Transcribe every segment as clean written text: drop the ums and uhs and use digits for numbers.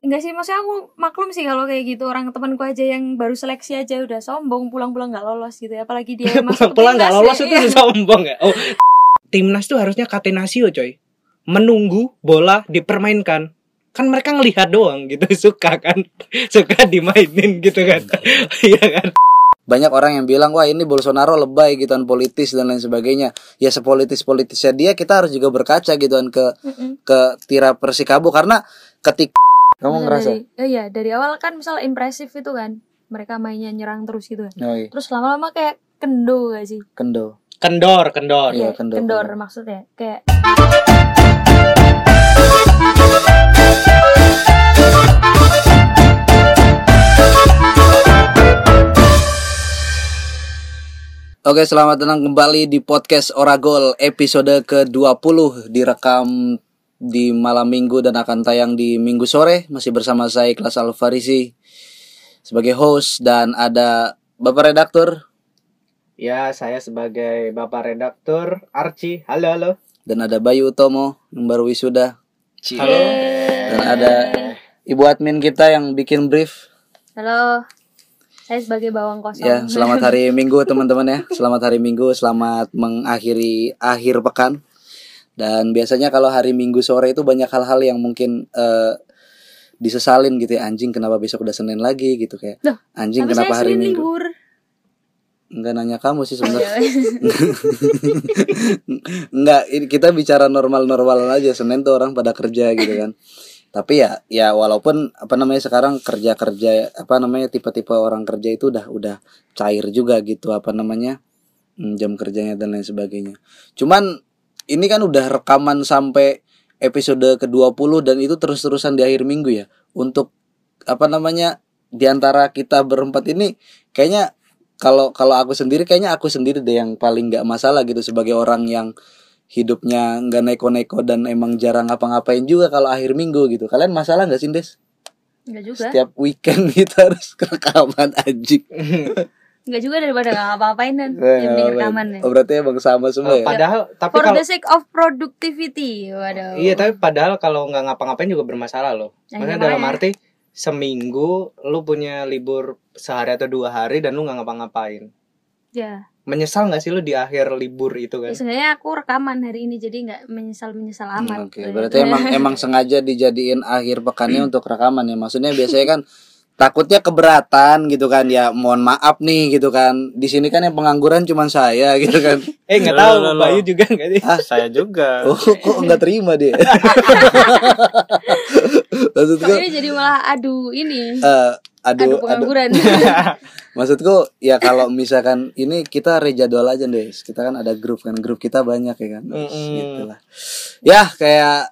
Enggak sih, maksudnya aku maklum sih kalau kayak gitu. Orang temanku aja yang baru seleksi aja udah sombong, pulang-pulang gak lolos gitu ya. Apalagi dia masuk pulang gak lolos itu sombong ya. Oh, timnas tuh harusnya Catenaccio coy, menunggu bola dipermainkan. Kan mereka ngelihat doang gitu, suka kan, suka dimainin gitu kan. Iya kan. Banyak orang yang bilang, wah ini Bolsonaro lebay gitu kan, politis dan lain sebagainya. Ya sepolitis-politisnya dia, kita harus juga berkaca gitu kan ke tira Persikabo. Karena ketika kamu ngerasa dari awal kan misal impresif itu kan, mereka mainnya nyerang terus gitu kan. iya. Terus lama-lama kayak kendo gak sih? Kendor. Iya, kendor maksudnya kayak. Oke, selamat datang kembali di podcast Oragol episode ke-20, direkam di malam minggu dan akan tayang di minggu sore. Masih bersama saya Ikhlas Alfarisi sebagai host, dan ada Bapak Redaktur. Ya, saya sebagai Bapak Redaktur Archie. Halo. Dan ada Bayu Utomo yang baru wisuda. Halo. Dan ada Ibu admin kita yang bikin brief. Halo. Saya sebagai bawang kosong. Ya, selamat hari Minggu teman-teman ya. Selamat hari Minggu, selamat mengakhiri akhir pekan. Dan biasanya kalau hari Minggu sore itu banyak hal-hal yang mungkin disesalin gitu ya. Anjing kenapa besok udah Senin lagi gitu kayak. Loh, anjing kenapa hari Minggu? Libur. Enggak nanya kamu sih sebenarnya. Enggak, kita bicara normal-normal aja. Senin tuh orang pada kerja gitu kan. Tapi ya walaupun sekarang kerja tipe-tipe orang kerja itu udah cair juga gitu jam kerjanya dan lain sebagainya. Cuman ini kan udah rekaman sampai episode ke-20 dan itu terus-terusan di akhir minggu ya. Untuk di antara kita berempat ini kayaknya kalau aku sendiri deh yang paling enggak masalah gitu sebagai orang yang hidupnya nggak neko-neko dan emang jarang ngapa-ngapain juga kalau akhir minggu gitu. Kalian masalah nggak sih, Des? Nggak juga. Setiap weekend kita harus rekaman anjing. Nggak juga, daripada nggak ngapa-ngapain kan. Yang penting rekaman ya. Oh, berarti emang sama semua ya? Padahal tapi for the sake of productivity. Waduh. Iya, tapi padahal kalau nggak ngapa-ngapain juga bermasalah loh. Maksudnya dalam arti seminggu lu punya libur sehari atau 2 hari dan lu nggak ngapa-ngapain. Ya. Menyesal nggak sih lu di akhir libur itu kan? Ya, sebenarnya aku rekaman hari ini jadi nggak menyesal amat. Oke. Berarti emang sengaja dijadiin akhir pekannya untuk rekaman ya. Maksudnya biasanya kan takutnya keberatan gitu kan ya. Mohon maaf nih gitu kan. Di sini kan yang pengangguran cuma saya gitu kan. Nggak tahu Bayu juga nggak sih? Saya juga. Oh, kok nggak terima dia? Maksudku ini jadi malah adu pengangguran. Maksudku ya kalau misalkan ini kita rejadwal aja deh. Kita kan ada grup kita banyak ya kan. Gitulah. Ya kayak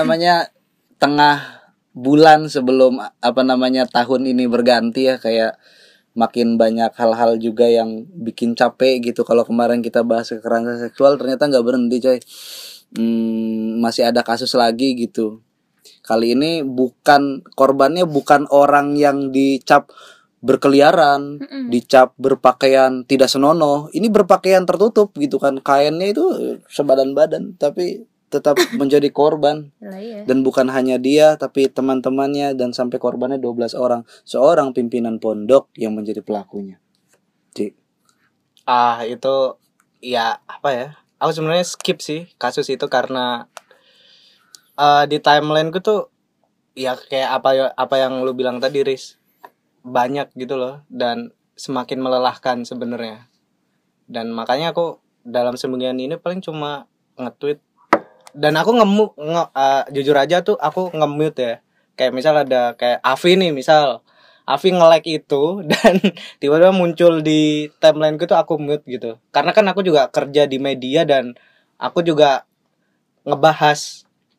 tengah bulan sebelum tahun ini berganti ya, kayak makin banyak hal-hal juga yang bikin capek gitu. Kalau kemarin kita bahas kekerasan seksual ternyata nggak berhenti coy. Masih ada kasus lagi gitu. Kali ini korbannya bukan orang yang dicap berkeliaran, dicap berpakaian tidak senonoh. Ini berpakaian tertutup gitu kan, kainnya itu sebadan-badan, tapi tetap menjadi korban. Dan bukan hanya dia, tapi teman-temannya, dan sampai korbannya 12 orang. Seorang pimpinan pondok yang menjadi pelakunya. Cik. Itu ya aku sebenarnya skip sih kasus itu karena di timeline gue tuh ya kayak apa yang lu bilang tadi, Riz, banyak gitu loh dan semakin melelahkan sebenarnya. Dan makanya aku dalam semingguan ini paling cuma nge-tweet, dan aku jujur aja tuh aku nge-mute ya. Kayak misal ada kayak Avi nih, misal Avi nge-like itu dan tiba-tiba muncul di timeline gue tuh aku mute gitu. Karena kan aku juga kerja di media dan aku juga ngebahas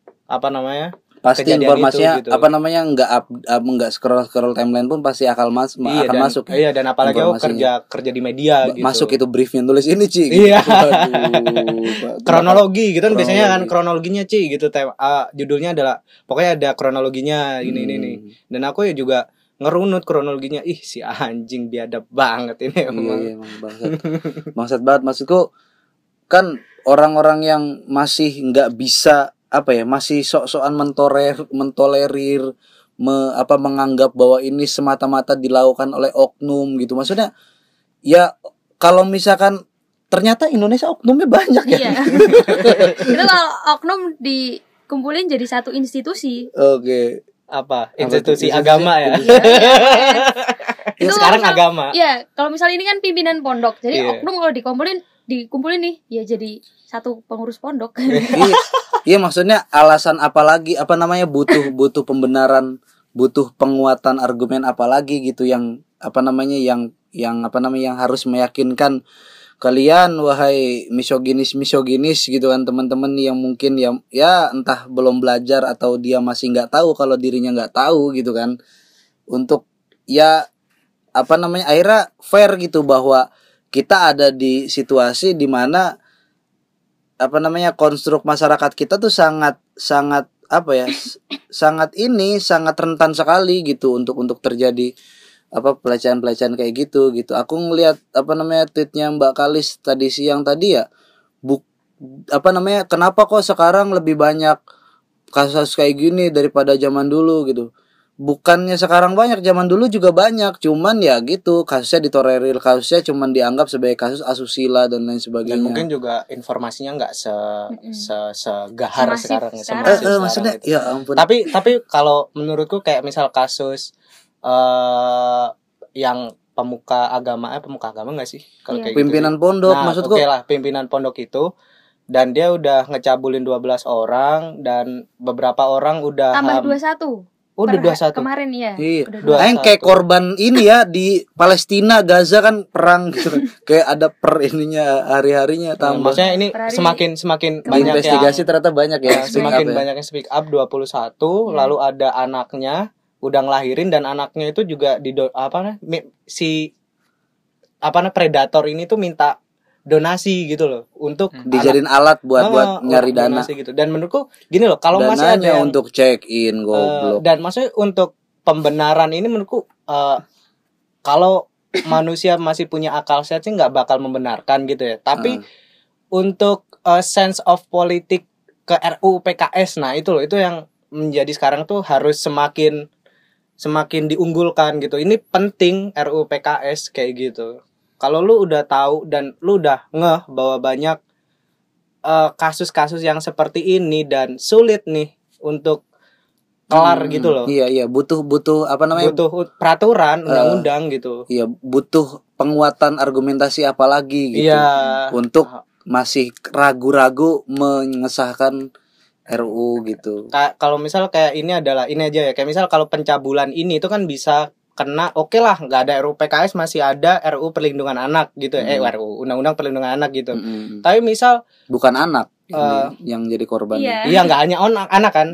pasti informasinya itu, gitu. nggak scroll timeline pun pasti akan masuk. Iya, dan apalagi aku kerja di media gitu. Masuk itu briefnya tulis ini, Ci. Iya. Kronologi gitu kan biasanya kan kronologinya, Ci, gitu. Judulnya adalah pokoknya ada kronologinya ini. Dan aku ya juga ngerunut kronologinya. Ih, si anjing biadab banget ini emang. Iya, emang bangsat banget. Maksudku kan orang-orang yang masih nggak bisa masih sok-sokan mentolerir menganggap bahwa ini semata-mata dilakukan oleh oknum gitu. Maksudnya ya kalau misalkan ternyata Indonesia oknumnya banyak ya. Iya. Itu kalau oknum dikumpulin jadi satu institusi. Oke. Apa? Institusi Institusi agama ya. Iya, Itu Itu sekarang kalau misal- agama. Iya, kalau misalnya ini kan pimpinan pondok. Jadi Iya. oknum kalau dikumpulin nih, ya jadi satu pengurus pondok. Iya, iya maksudnya alasan apa lagi butuh pembenaran, butuh penguatan argumen apa lagi gitu yang yang harus meyakinkan kalian wahai misoginis gitu kan teman-teman yang mungkin ya entah belum belajar atau dia masih nggak tahu kalau dirinya nggak tahu gitu kan, untuk ya akhirnya fair gitu bahwa kita ada di situasi di mana konstruk masyarakat kita tuh sangat sangat rentan sekali gitu untuk terjadi pelecehan kayak gitu. Aku ngelihat tweetnya Mbak Kalis tadi siang tadi ya, kenapa kok sekarang lebih banyak kasus kayak gini daripada zaman dulu gitu. Bukannya sekarang banyak, zaman dulu juga banyak, cuman ya gitu kasusnya ditolerir, kasusnya cuman dianggap sebagai kasus asusila dan lain sebagainya. Dan mungkin juga informasinya nggak segahar sekarang. Maksudnya gitu. Ya ampun. Tapi kalau menurutku kayak misal kasus yang pemuka agama nggak sih kalau kayak pimpinan gitu pondok nah, maksudku. Oke lah, pimpinan pondok itu, dan dia udah ngecabulin 12 orang dan beberapa orang udah Tambah 21. Udah 21. Kemarin ya. Iya. Udah 21. Kayak korban ini ya di Palestina, Gaza kan perang gitu. Kayak ada hari-harinya tambah. Maksudnya ini semakin banyak investigasi ternyata banyak ya. Semakin banyak yang speak up 21, lalu ada anaknya udah ngelahirin dan anaknya itu juga predator ini tuh minta donasi gitu loh untuk dijadiin alat buat nyari dana gitu. Dan menurutku gini loh, kalau masih ada yang untuk check in goblok. Dan maksudnya untuk pembenaran ini menurutku kalau manusia masih punya akal sehat sih nggak bakal membenarkan gitu ya. Tapi untuk sense of politik ke RUU PKS, nah itu loh, itu yang menjadi sekarang tuh harus semakin diunggulkan gitu. Ini penting RUU PKS kayak gitu. Kalau lu udah tahu dan lu udah ngeh bahwa banyak kasus-kasus yang seperti ini dan sulit nih untuk kelar gitu loh. Iya, butuh butuh peraturan undang-undang gitu. Iya, butuh penguatan argumentasi apalagi gitu. Iya. Untuk masih ragu-ragu mengesahkan RUU gitu. Kalau misal kayak ini aja ya, kayak misal kalau pencabulan ini itu kan bisa kena, oke lah, nggak ada RUU PKS, masih ada RUU perlindungan anak gitu, RUU Undang-Undang Perlindungan Anak gitu. Tapi misal bukan anak yang jadi korban. Iya, nggak hanya anak kan.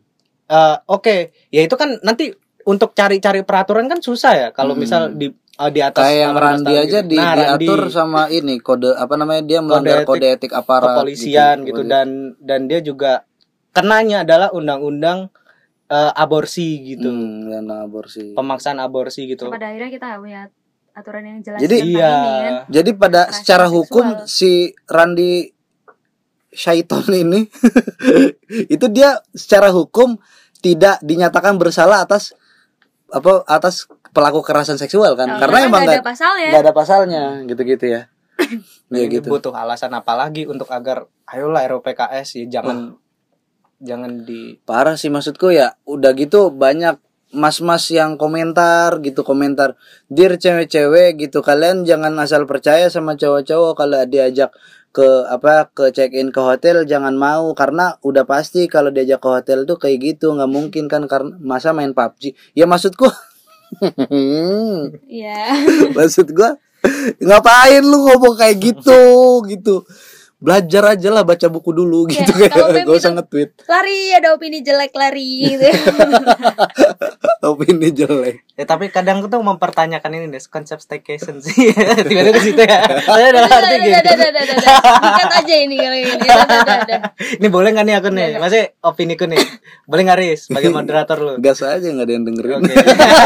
Oke, ya itu kan nanti untuk cari-cari peraturan kan susah ya. Kalau misal di atas kayak yang Randi aja gitu. diatur sama ini kode dia melanggar kode etik aparat kepolisian gitu. Dan dia juga kenanya adalah undang-undang aborsi gitu. Aborsi. Pemaksaan aborsi gitu. Pada akhirnya kita lihat aturan yang jelas jadi tentang ini kan. Jadi pada secara hukum si Randi Syaiton ini itu dia secara hukum tidak dinyatakan bersalah atas pelaku kekerasan seksual kan. Karena emang nggak ada pasalnya gitu-gitu ya. Ya gitu. Butuh alasan apa lagi untuk agar ayolah RUU PKS ya jangan di parah sih, maksudku ya udah gitu banyak mas-mas yang komentar dir cewek-cewek gitu, kalian jangan asal percaya sama cowok-cowok kalau diajak ke check in ke hotel, jangan mau karena udah pasti kalau diajak ke hotel tuh kayak gitu, nggak mungkin kan karena masa main PUBG. Ya maksudku maksud gua ngapain lu ngomong kayak gitu. Belajar aja lah, baca buku dulu gitu, kayak gak usah nge-tweet. Lari, ada opini jelek lari gitu. Opini jelek. Ya tapi kadang tuh mempertanyakan ini deh, konsep staycation sih. Tiba-tiba ke situ ya. Saya udah ngerti gitu. Dikat aja ini kalau ini. Ini boleh enggak nih aku nih? Masih opini ku nih. Boleh enggak, Riz? Sebagai moderator lu. Gas aja, enggak ada yang dengerin. Oke.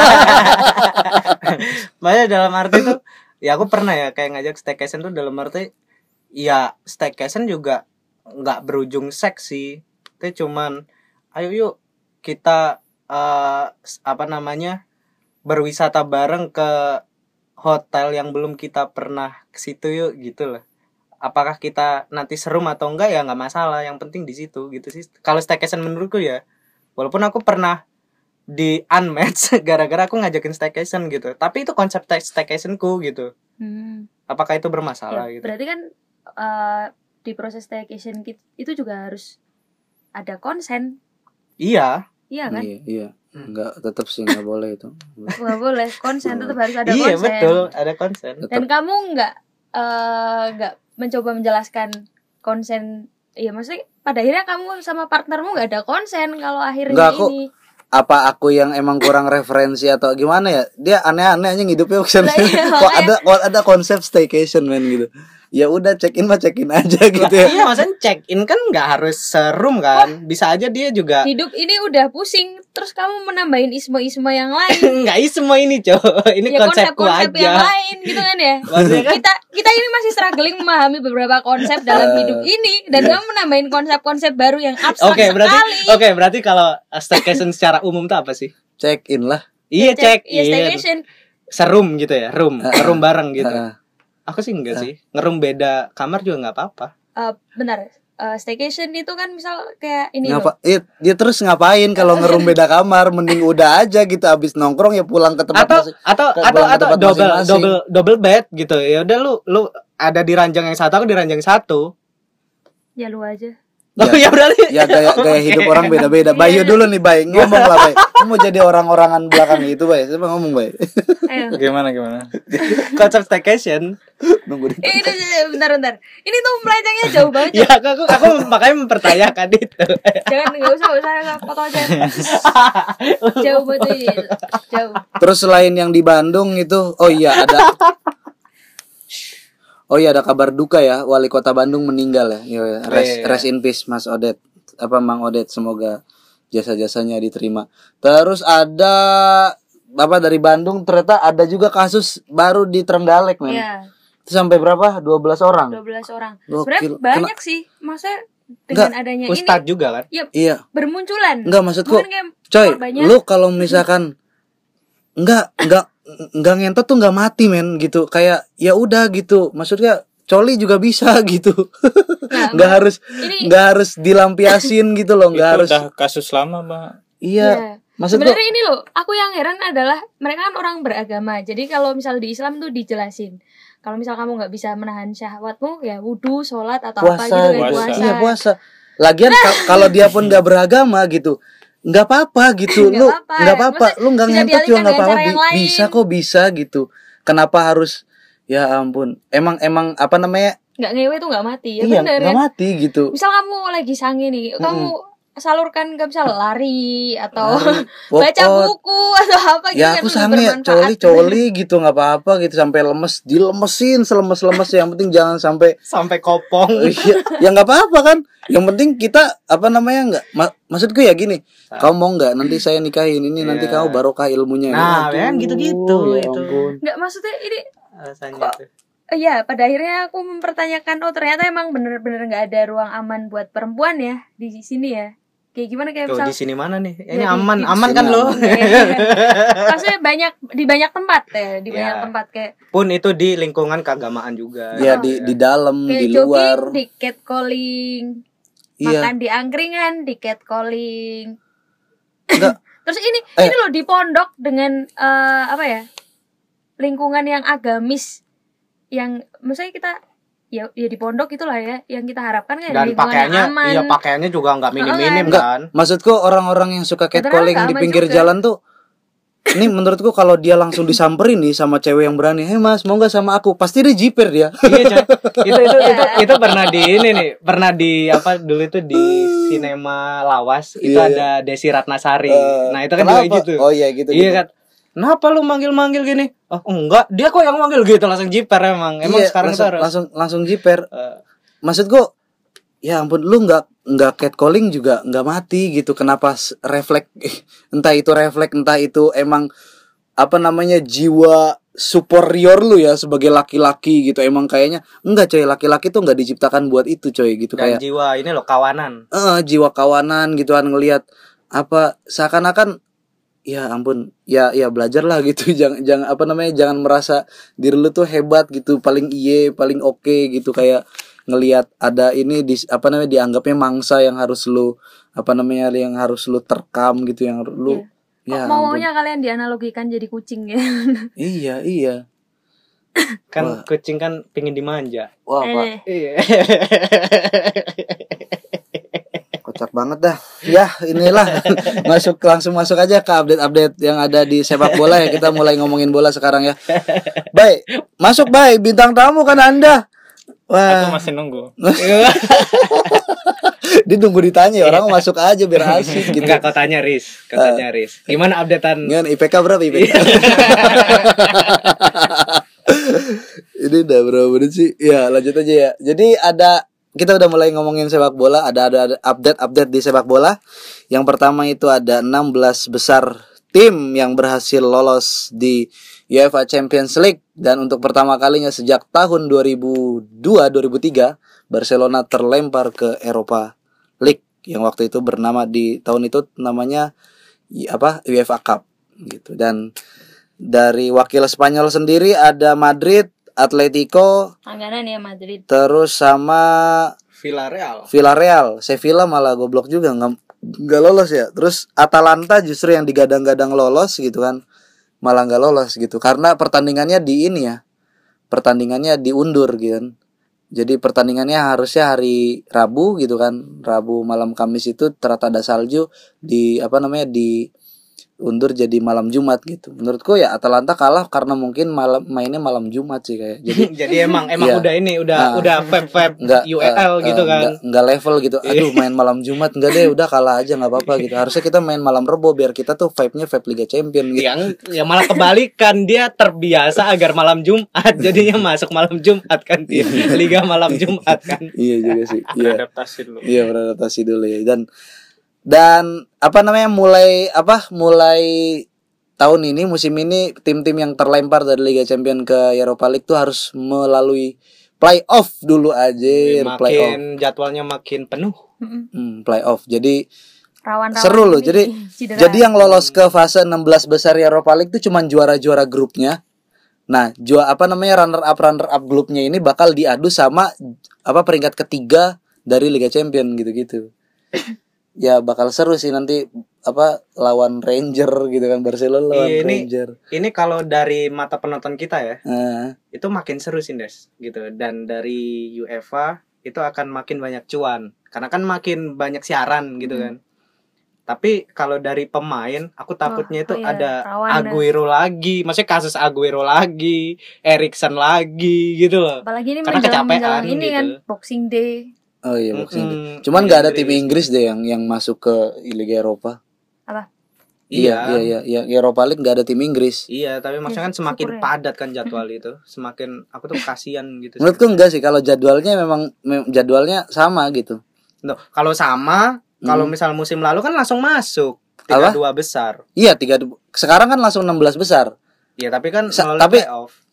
Makanya dalam arti tuh ya aku pernah ya kayak ngajak staycation tuh dalam arti ya staycation juga nggak berujung seks sih. Itu cuman ayo yuk kita apa namanya, berwisata bareng ke hotel yang belum kita pernah ke situ yuk gitu loh. Apakah kita nanti serum atau enggak ya nggak masalah, yang penting di situ gitu sih kalau staycation menurutku ya. Walaupun aku pernah di unmatch gara-gara aku ngajakin staycation gitu, tapi itu konsep staycationku gitu. Apakah itu bermasalah Ya, gitu? berarti kan di proses staycation itu juga harus ada konsen. Iya Kan? Iya. Enggak, tetap sih enggak boleh itu. Nggak boleh konsen, tetap harus ada iya konsen. betul, ada konsen. Dan kamu nggak mencoba menjelaskan konsen. Iya, maksudnya pada akhirnya kamu sama partnermu nggak ada konsen kalau akhirnya Nggak, kok. ini. Apa aku yang emang kurang referensi atau gimana ya? Dia aneh-aneh aja ngidupnya Lah, iya, kok ada konsep staycation men gitu. Ya udah check in aja gitu ya. Iya, maksudnya check in kan nggak harus serum kan, bisa aja dia juga Hidup ini udah pusing, terus kamu menambahin isme-isme yang lain. nggak semua ini ini Ya konsepku konsep-konsep yang aja. lain gitu kan ya. Maksudnya kan- kita ini masih struggling memahami beberapa konsep dalam hidup ini, dan kamu menambahin konsep-konsep baru yang abstrak Oke, sekali. berarti kalau staycation secara umum tuh apa sih? Check in lah. Iya, check Iya, in. staycation. Serum gitu ya, room bareng gitu. Heeh. Aku sih enggak sih. Ngerum beda kamar juga enggak apa-apa. Bentar. Staycation itu kan misal kayak ini loh. Dia terus ngapain kalau ngerum beda kamar? Mending udah aja gitu, abis nongkrong ya pulang ke tempat Atau tempat masing-masing. double bed gitu. Ya udah lu ada di ranjang yang satu, aku di ranjang satu. Ya lu aja. Oh ya berarti. Ya gaya hidup orang beda-beda. Bayu dulu nih, Bay. Ngomong lah, Bay. Kamu mau jadi orang-orangan belakang itu, Bay. Siapa ngomong, Bay? Ayo. Gimana? Konsep staycation. Nunggu di Bentar. Ini tuh melencengnya jauh banget. Ya aku makanya mempertanyakan itu. Jangan, enggak usah foto aja. Jauh banget. Jauh. Terus selain yang di Bandung itu, ada kabar duka ya, wali kota Bandung meninggal ya. Rest in peace Mas Odet. Mang Odet, semoga jasa-jasanya diterima. Terus ada dari Bandung ternyata ada juga kasus baru di Trenggalek, men. Iya. Itu sampai berapa? 12 orang. 12 orang. Gokil. Sebenarnya banyak sih. Maksudnya dengan adanya Ustadz ini juga kan? Iya. bermunculan. Enggak, maksudku, Bukan kayak coy, korbannya. lu kalau misalkan enggak ngentot tuh enggak mati, men, gitu. Kayak ya udah gitu. Maksudnya coli juga bisa gitu. Nah, Enggak harus dilampiasin gitu loh, enggak harus. Udah kasus lama, Mbak. Iya. Maksud sebenarnya ini loh, aku yang heran adalah mereka kan orang beragama. Jadi kalau misal di Islam tuh dijelasin, kalau misal kamu nggak bisa menahan syahwatmu, ya wudhu, sholat atau apa gitu kan, puasa. Iya, puasa. Lagian kalau dia pun nggak beragama gitu, nggak apa-apa gitu. Nggak Lu apa-apa. nggak apa-apa, Maksudnya lu nggak bisa ngentot juga dialihkan nggak dengan apa-apa. cara yang lain. Bisa kok, bisa gitu. Kenapa harus? Ya ampun. Emang apa namanya? Nggak ngewe tuh nggak mati, ya Iya, bener nggak kan. mati gitu. Misal kamu lagi sange nih, kamu salurkan, nggak bisa lari atau Walk baca out. buku atau apa gitu. Ya kan aku lebih sange bermanfaat. coli gitu nggak apa-apa gitu, sampai dilemesin selemes-lemes, yang penting jangan sampai Sampai kopong. iya, ya nggak apa-apa kan. Yang penting kita nggak maksudku ya gini, kau mau nggak nanti saya nikahin ini, nanti Iya. kau barokah ilmunya. Nah, Aduh, kan gitu-gitu ya itu. ampun. Nggak, maksudnya ini Alasannya tuh. iya, pada akhirnya aku mempertanyakan, ternyata emang bener-bener nggak ada ruang aman buat perempuan ya di sini ya. Kayak gimana, kayak Tuh misal di sini mana nih? Ya, Ini di aman sini kan lo. aman. maksudnya di banyak tempat ya, di Ya. banyak tempat kayak Pun itu di lingkungan keagamaan juga. Ya di dalam, kayak di luar. jogging di catcalling, Iya. makan di angkringan di catcalling. Enggak. Terus ini loh di pondok dengan lingkungan yang agamis, yang maksudnya kita ya di pondok itulah ya yang kita harapkan kan, Dan lingkungan yang pakaiannya, aman. iya pakaiannya juga nggak minim-minim Enggak, kan. maksudku orang-orang yang suka Ya, catcalling ternyata di aman pinggir juga. jalan tuh, ini menurutku kalau dia langsung disamperin nih sama cewek yang berani, "Hei Mas, mau nggak sama aku?" Pasti dia jiper dia. Iya, coy. Itu pernah di ini nih, pernah di apa dulu itu di sinema Lawas itu Iya, ada Desi Ratnasari. Nah, itu kan kenapa? juga gitu. Oh iya gitu. Iya kan. Kenapa lu manggil-manggil gini? Oh, enggak, dia kok yang manggil gitu, langsung jiper emang. Emang Iya, sekarang langsung, itu harus langsung jiper. eh, Maksudku, ya ampun, lu nggak catcalling juga nggak mati gitu. Kenapa refleks? Entah itu refleks, entah itu emang jiwa superior lu ya sebagai laki-laki gitu. Emang kayaknya enggak, coy, laki-laki tuh nggak diciptakan buat itu, coy, gitu. dan Kayak jiwa ini loh kawanan. jiwa kawanan gitu kan, ngelihat seakan-akan ya ampun, ya belajarlah gitu. Jangan apa namanya, jangan merasa diri lu tuh hebat gitu, paling paling oke gitu, kayak ngelihat ada ini di apa namanya, dianggapnya mangsa yang harus lu apa namanya, yang harus lu terkam gitu, yang lu ya maunya kalian dianalogikan jadi kucing ya. Iya. Kan kucing kan pengen dimanja. Wah, Pak. Iya. Kocak banget dah. Ya, inilah langsung masuk aja ke update yang ada di sepak bola ya. Kita mulai ngomongin bola sekarang ya. Baik, masuk baik, bintang tamu kan Anda. Wah. Aku masih nunggu. Dia nunggu ditanya ya, orang masuk aja biar asik gitu. Enggak, kau tanya Riz. Gimana updatean? Gimana IPK berapa IPK? Ini udah berapa menit sih? Ya, lanjut aja ya. Jadi kita udah mulai ngomongin sepak bola, ada update di sepak bola. Yang pertama itu ada 16 besar tim yang berhasil lolos di UEFA Champions League, dan untuk pertama kalinya sejak tahun 2002-2003 Barcelona terlempar ke Europa League yang waktu itu bernama di tahun itu namanya UEFA Cup gitu. Dan dari wakil Spanyol sendiri ada Madrid, Atletico, langganan ya Madrid. Terus sama Villarreal. Sevilla malah goblok juga nggak lolos ya. Terus Atalanta justru yang digadang-gadang lolos gitu kan, malah nggak lolos gitu karena pertandingannya diundur gitu kan. Jadi pertandingannya harusnya hari Rabu gitu kan, Rabu malam Kamis itu ternyata ada salju, diundur jadi malam Jumat gitu. Menurutku ya Atalanta kalah karena mungkin mainnya malam Jumat sih kayak. Jadi emang ya, udah vape UEL gitu kan. Enggak level gitu. Aduh, main malam Jumat enggak deh, udah kalah aja enggak apa-apa gitu. Harusnya kita main malam Rebo biar kita tuh vibe-nya vibe Liga Champion gitu. Yang malah kebalikan, dia terbiasa agar malam Jumat jadinya masuk malam Jumat kan dia. Liga malam Jumat kan. Iya juga sih. Iya. Beradaptasi dulu ya. Dan mulai tahun ini, musim ini, tim-tim yang terlempar dari Liga Champions ke Europa League tuh harus melalui playoff dulu aja. Jadwalnya makin penuh. Playoff. Jadi rawan seru loh. Jadi yang lolos ke fase 16 besar Europa League itu cuma juara-juara grupnya. Nah, runner up grupnya ini bakal diadu sama peringkat ketiga dari Liga Champions gitu-gitu. Ya bakal seru sih nanti lawan Ranger gitu kan, Barcelona lawan Ranger. Ini kalau dari mata penonton kita ya, itu makin seru sih Des gitu. Dan dari UEFA itu akan makin banyak cuan karena kan makin banyak siaran gitu kan. Tapi kalau dari pemain, aku takutnya ada Aguero lagi, maksudnya kasus Aguero lagi, Erikson lagi gitu loh. Apalagi ini karena kecapean ini gitu kan Boxing Day. Oh iya, Boxing Day. Cuman nggak ada tim Inggris deh yang masuk ke Liga Eropa. Apa? Iya, Europa League nggak ada tim Inggris. Iya, tapi maksudnya kan semakin padat kan jadwal itu, semakin aku tuh kasihan gitu. Menurutku enggak sih, kalau jadwalnya memang jadwalnya sama gitu. Nah, kalau sama, kalau misal musim lalu kan langsung masuk 32 besar. Iya, 32. Sekarang kan langsung 16 besar. Iya, tapi kan playoff.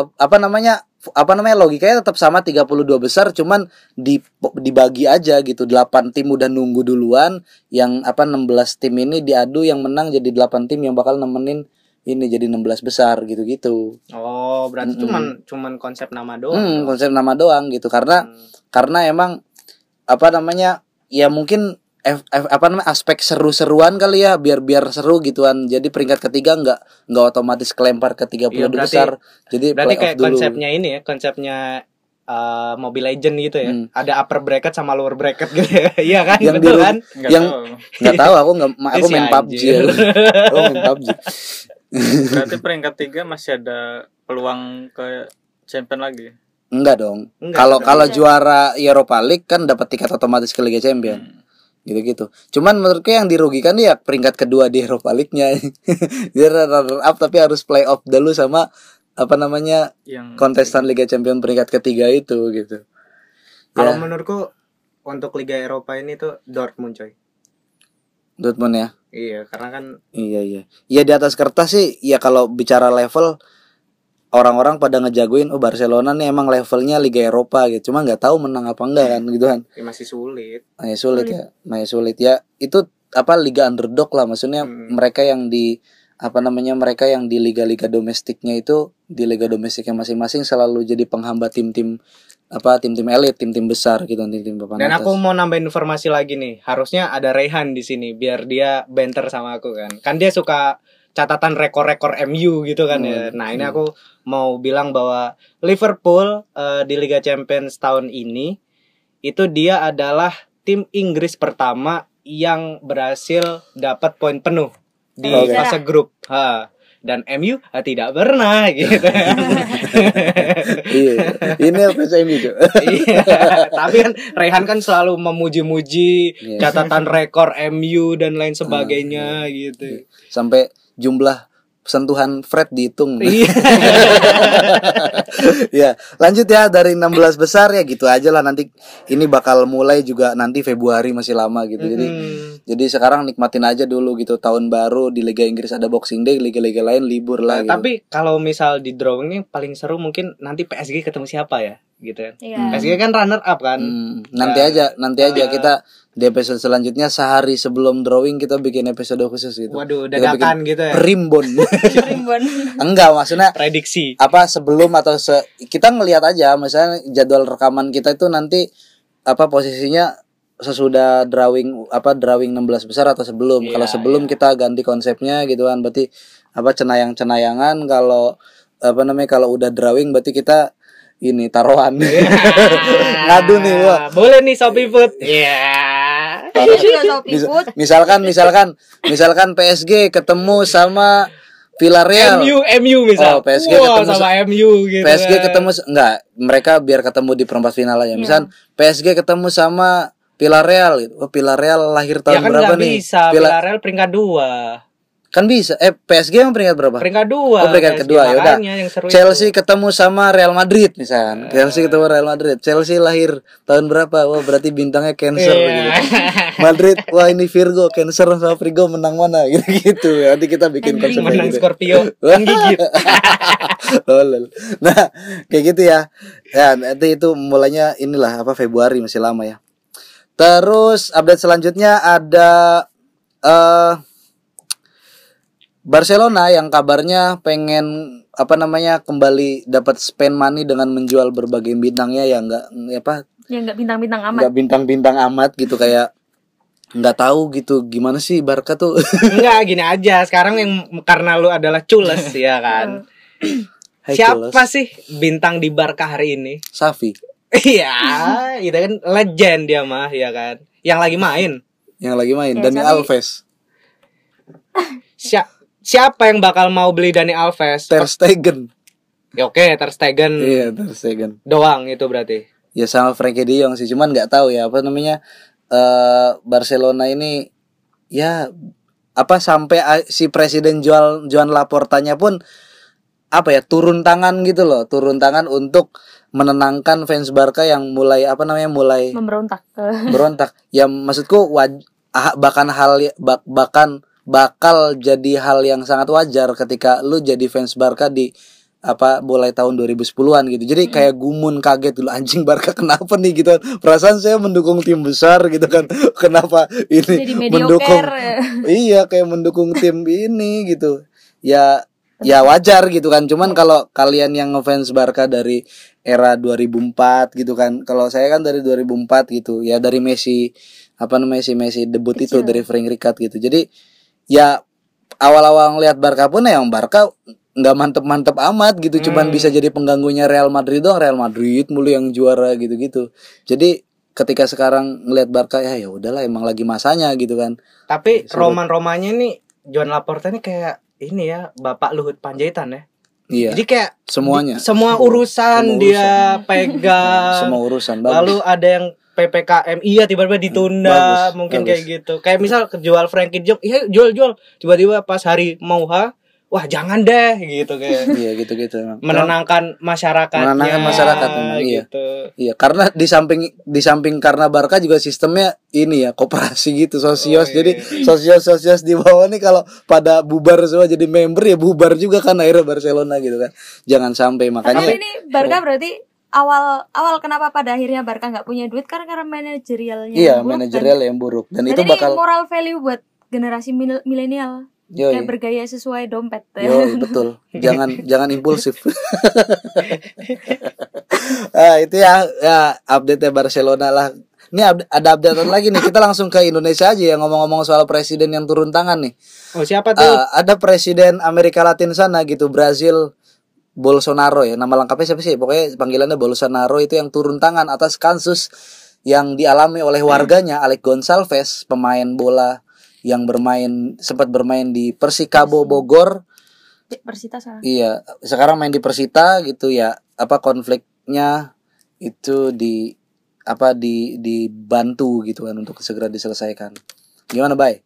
Logikanya tetap sama 32 besar, cuman dibagi aja gitu. 8 tim udah nunggu duluan, yang 16 tim ini diadu, yang menang jadi 8 tim yang bakal nemenin ini jadi 16 besar gitu-gitu. Oh, berarti cuman konsep nama doang. Konsep nama doang gitu. Karena emang ya mungkin aspek seru-seruan kali ya, biar seru gituan. Jadi peringkat ketiga enggak otomatis kelempar ke 32 besar. Jadi berarti kayak dulu. konsepnya Mobile Legend gitu ya. Ada upper bracket sama lower bracket gitu ya. Iya kan? Yang betul kan? Enggak tahu, aku main PUBG. Aku main PUBG. Berarti peringkat 3 masih ada peluang ke champion lagi? Enggak dong. Kalau juara Europa League kan dapat tiket otomatis ke Liga Champion. Gitu-gitu. Cuman menurutku yang dirugikan ya peringkat kedua di Europa League-nya. Dia runner up tapi harus playoff dulu sama yang kontestan Liga Champion peringkat ketiga itu gitu. Kalau menurutku untuk Liga Eropa ini tuh Dortmund coy. Dortmund ya? Iya, karena kan Iya. Ya di atas kertas sih ya, kalau bicara level orang-orang pada ngejagoin Barcelona nih emang levelnya Liga Eropa gitu. Cuma enggak tahu menang apa enggak kan gitu kan. Ya masih sulit. Sulit ya. Itu liga underdog lah, maksudnya mereka yang di mereka yang di liga-liga domestiknya itu, di liga domestiknya masing-masing selalu jadi penghambat tim-tim elit, tim-tim besar gitu, tim-tim papan Dan atas. aku mau nambahin informasi lagi nih. Harusnya ada Rehan di sini biar dia banter sama aku kan. Kan dia suka catatan rekor-rekor MU gitu kan ya. Nah, ini aku mau bilang bahwa Liverpool di Liga Champions tahun ini itu dia adalah tim Inggris pertama yang berhasil dapat poin penuh di fase grup. Dan MU tidak pernah gitu. Iya. Ini apa MU tuh? Iya, tapi kan Rehan kan selalu memuji-muji catatan rekor MU dan lain sebagainya gitu. Sampai jumlah sentuhan Fred dihitung. Iya. Ya, lanjut ya dari 16 besar ya gitu aja lah, nanti ini bakal mulai juga nanti Februari, masih lama gitu. Jadi sekarang nikmatin aja dulu gitu, tahun baru di Liga Inggris ada Boxing Day, liga-liga lain libur lah gitu. Tapi kalau misal di drawing paling seru mungkin nanti PSG ketemu siapa ya gitu kan. PSG kan runner up kan. Nanti aja kita di episode selanjutnya sehari sebelum drawing kita bikin episode khusus gitu. Waduh, Kita dadakan bikin gitu ya. Primbon. Primbon. Enggak, maksudnya Prediksi. sebelum atau kita ngelihat aja misalnya jadwal rekaman kita itu nanti posisinya sesudah drawing 16 besar atau sebelum. Kalau sebelum kita ganti konsepnya gitu kan, berarti cenayang-cenayangan. Kalau kalau udah drawing berarti kita ini taruhan. Ngadu nih, wah. Boleh nih Shopee Food. Iya. Misalkan PSG ketemu sama Villarreal. MU misal. PSG ketemu ketemu sama MU gitu. PSG ketemu enggak, mereka biar ketemu di perempat final aja. Misal PSG ketemu sama Villarreal gitu. Villarreal lahir tahun berapa nih? Bisa. Villarreal peringkat 2. Kan bisa. PSG emang peringkat berapa? Peringkat 2. Peringkat kedua, ya udah. Chelsea itu. ketemu sama Real Madrid misalkan. Chelsea ketemu Real Madrid. Chelsea lahir tahun berapa? Wah, berarti bintangnya Cancer gitu. Madrid, wah ini Virgo, Cancer sama Virgo menang mana gitu. Nanti kita bikin konsep menang gitu. Scorpio, menggigit. Nah, kayak gitu ya. Ya, nanti itu mulainya inilah Februari, masih lama ya. Terus update selanjutnya ada Barcelona yang kabarnya pengen kembali dapat spend money dengan menjual berbagai bintangnya yang enggak bintang-bintang amat. Enggak bintang-bintang amat gitu, kayak enggak tahu gitu gimana sih Barca tuh. Enggak, gini aja. Sekarang yang karena lu adalah cules ya kan. Siapa sih bintang di Barca hari ini? Xavi. Iya, itu kan legend dia mah ya kan. Yang lagi main. Dani Alves. Siapa yang bakal mau beli Dani Alves? Ter Stegen. Ya oke, Ter Stegen. Iya, Ter Stegen. Doang itu berarti. Ya sama Frenkie de Jong sih, cuman nggak tahu ya Barcelona ini ya sampai si presiden Joan Laportanya pun turun tangan gitu loh, untuk menenangkan fans Barca yang mulai memberontak. Ya maksudku bakal jadi hal yang sangat wajar ketika lu jadi fans Barca di mulai tahun 2010-an gitu. Jadi kayak gumun, kaget dulu, anjing Barca kenapa nih gitu kan. Perasaan saya mendukung tim besar gitu kan. Kenapa ini jadi mendukung iya kayak mendukung tim ini gitu. Ya wajar gitu kan. Cuman kalau kalian yang ngefans Barca dari era 2004 gitu kan. Kalau saya kan dari 2004 gitu. Ya dari Messi Messi debut kecil. Itu dari Frank Rijkaard gitu. Jadi ya awal-awal ngeliat Barca pun yang Barca nggak mantep-mantep amat gitu, cuman bisa jadi pengganggunya Real Madrid doang. Real Madrid mulu yang juara gitu-gitu. Jadi ketika sekarang ngeliat Barca ya udahlah, emang lagi masanya gitu kan. Tapi roman-romannya nih Joan Laporta ini kayak ini ya, Bapak Luhut Panjaitan ya. Iya. Jadi kayak semuanya. Semua urusan dia pegang. Semua urusan. Bagus. Lalu ada yang PPKM tiba-tiba ditunda, bagus. Kayak gitu. Kayak misal kejual Frenkie de Jong, jual. Tiba-tiba pas hari mau wah jangan deh gitu kayak. Iya gitu. Menenangkan masyarakatnya. Memang gitu. Iya, karena di samping karena Barca juga sistemnya ini ya, koperasi gitu, sosios. Jadi sosios di bawah nih kalau pada bubar semua jadi member ya bubar juga kan akhirnya Barcelona gitu kan. Jangan sampai, makanya. Tapi ini Barca berarti awal kenapa pada akhirnya Barca nggak punya duit karena manajerialnya Iya, yang buruk, manajerial yang buruk dan dan itu ini bakal moral value buat generasi milenial kayak yoi. bergaya sesuai dompet. Yo, betul. Jangan impulsif. Itu ya update Barcelona lah. Ini ada update lagi nih. Kita langsung ke Indonesia aja ya, ngomong-ngomong soal presiden yang turun tangan nih. Oh, siapa tuh? Ada presiden Amerika Latin sana gitu, Brazil, Bolsonaro ya. Nama lengkapnya siapa sih? Pokoknya panggilannya Bolsonaro, itu yang turun tangan atas kasus yang dialami oleh warganya, Alex Gonçalves, pemain bola yang sempat bermain di Persikabo Bogor. Persita salah. Iya, sekarang main di Persita gitu ya. Apa konfliknya itu dibantu gitu kan untuk segera diselesaikan. Gimana, Bay?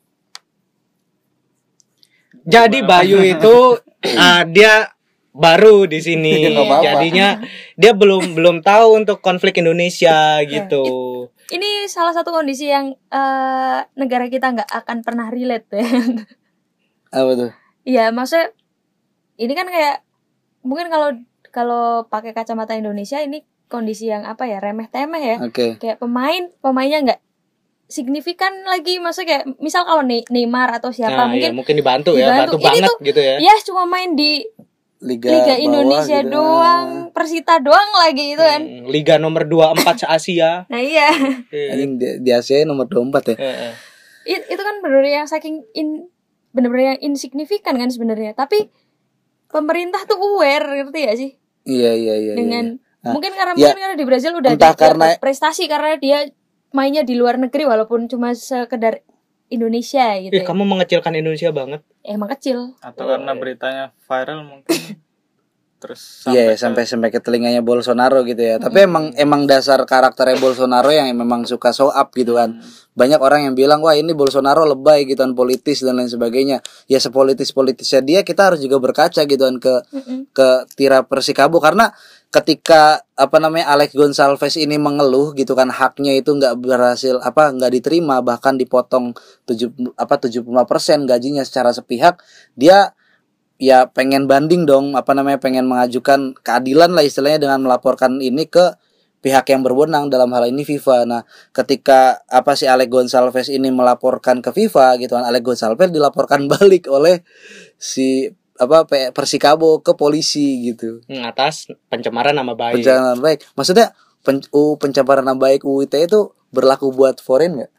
Jadi Bayu itu dia baru di sini. Nggak apa-apa. Jadinya dia belum tahu untuk konflik Indonesia gitu. Ini salah satu kondisi yang negara kita nggak akan pernah relate ya. Apa tuh? Iya, maksudnya ini kan kayak mungkin kalau pakai kacamata Indonesia ini kondisi yang apa ya, remeh-temeh ya. Oke. Kayak pemainnya nggak signifikan lagi, maksudnya kayak misal kalau Neymar atau siapa Nah, mungkin dibantu ya, bantu Ini banget tuh, gitu ya. ya cuma main di Liga Liga bawah Indonesia gitu. doang, Persita doang lagi itu kan. Liga nomor 24 se-Asia. Nah iya. Anjing di Asia nomor 24 ya. Itu kan bener-bener yang saking bener-bener yang insignifikan kan sebenarnya. Tapi pemerintah tuh aware, ngerti gak sih? Iya. Dengan Nah, mungkin karena di Brazil udah entah dapat karena prestasi karena dia mainnya di luar negeri walaupun cuma sekedar Indonesia gitu. Kamu mengecilkan Indonesia banget. Emang kecil. Atau karena beritanya viral mungkin. Terus Iya, sampai ke telinganya Bolsonaro gitu ya. Tapi emang dasar karakternya Bolsonaro yang memang suka show up gitu kan. Banyak orang yang bilang wah ini Bolsonaro lebay gitu kan, politis dan lain sebagainya. Ya sepolitis-politisnya dia, kita harus juga berkaca gitu kan ke tira Persikabo, karena ketika Alex Gonçalves ini mengeluh gitu kan, haknya itu nggak diterima, bahkan dipotong 75% gajinya secara sepihak, dia ya pengen banding dong, pengen mengajukan keadilan lah istilahnya dengan melaporkan ini ke pihak yang berwenang, dalam hal ini FIFA. Nah, ketika si Alex Gonçalves ini melaporkan ke FIFA gitu kan, Alex Gonçalves dilaporkan balik oleh si Persikabo ke polisi gitu. Atas pencemaran nama baik. Pencemaran baik. Maksudnya pencemaran nama baik UITE itu berlaku buat foreign nggak?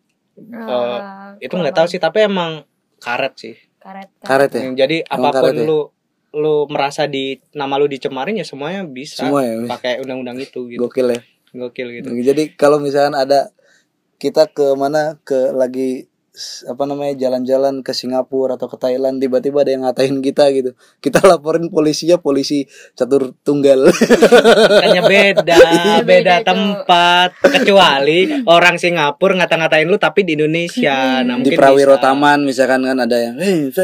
Itu nggak tahu sih, tapi emang karet sih. Karet ya. Jadi Emang apapun karet ya? lu merasa nama lu dicemarin ya semuanya bisa. Semua ya? Pakai undang-undang itu gitu. Gokil ya. Gokil gitu. Jadi kalau misalkan ada kita lagi jalan-jalan ke Singapura atau ke Thailand, tiba-tiba ada yang ngatain kita gitu, kita laporin polisinya polisi catur tunggal. Makanya beda tempat. Kecuali orang Singapura ngata-ngatain lu tapi di Indonesia. Nah, Di mungkin Prawiro bisa. Taman misalkan kan ada yang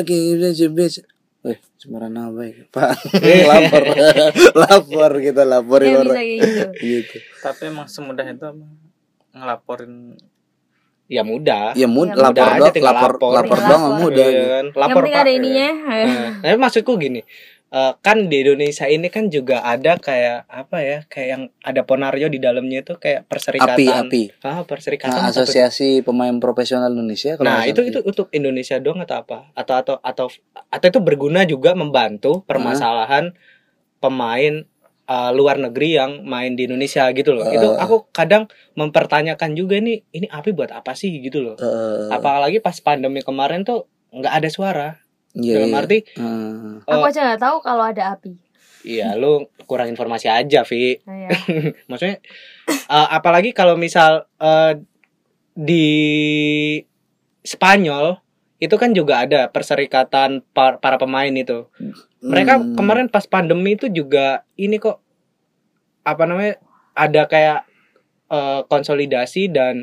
cemaran nama baik Pak. lapor kita laporin Ya, orang bisa gitu. Tapi emang semudah itu ngelaporin. Ya mudah. Ya Ya, lapor mudah aja, tinggal lapor lapor. doang Lapor. mudah. Iya kan? Yang Lapor penting Pak. ada ininya. Tapi maksudku gini, kan di Indonesia ini kan juga ada kayak kayak yang ada Ponario di dalamnya itu kayak perserikatan. API. Perserikatan. Nah, Asosiasi Pemain Profesional Indonesia. Nah, itu untuk Indonesia doang atau apa? Atau itu berguna juga membantu permasalahan pemain luar negeri yang main di Indonesia gitu loh. Itu aku kadang mempertanyakan juga ini API buat apa sih gitu loh. Apalagi pas pandemi kemarin tuh nggak ada suara. Dalam arti Aku aja nggak tahu kalau ada api. iya, lu kurang informasi aja, Vi. Nah, ya. Maksudnya apalagi kalau misal di Spanyol itu kan juga ada perserikatan para pemain itu. Mereka kemarin pas pandemi itu juga ini kok ada kayak konsolidasi dan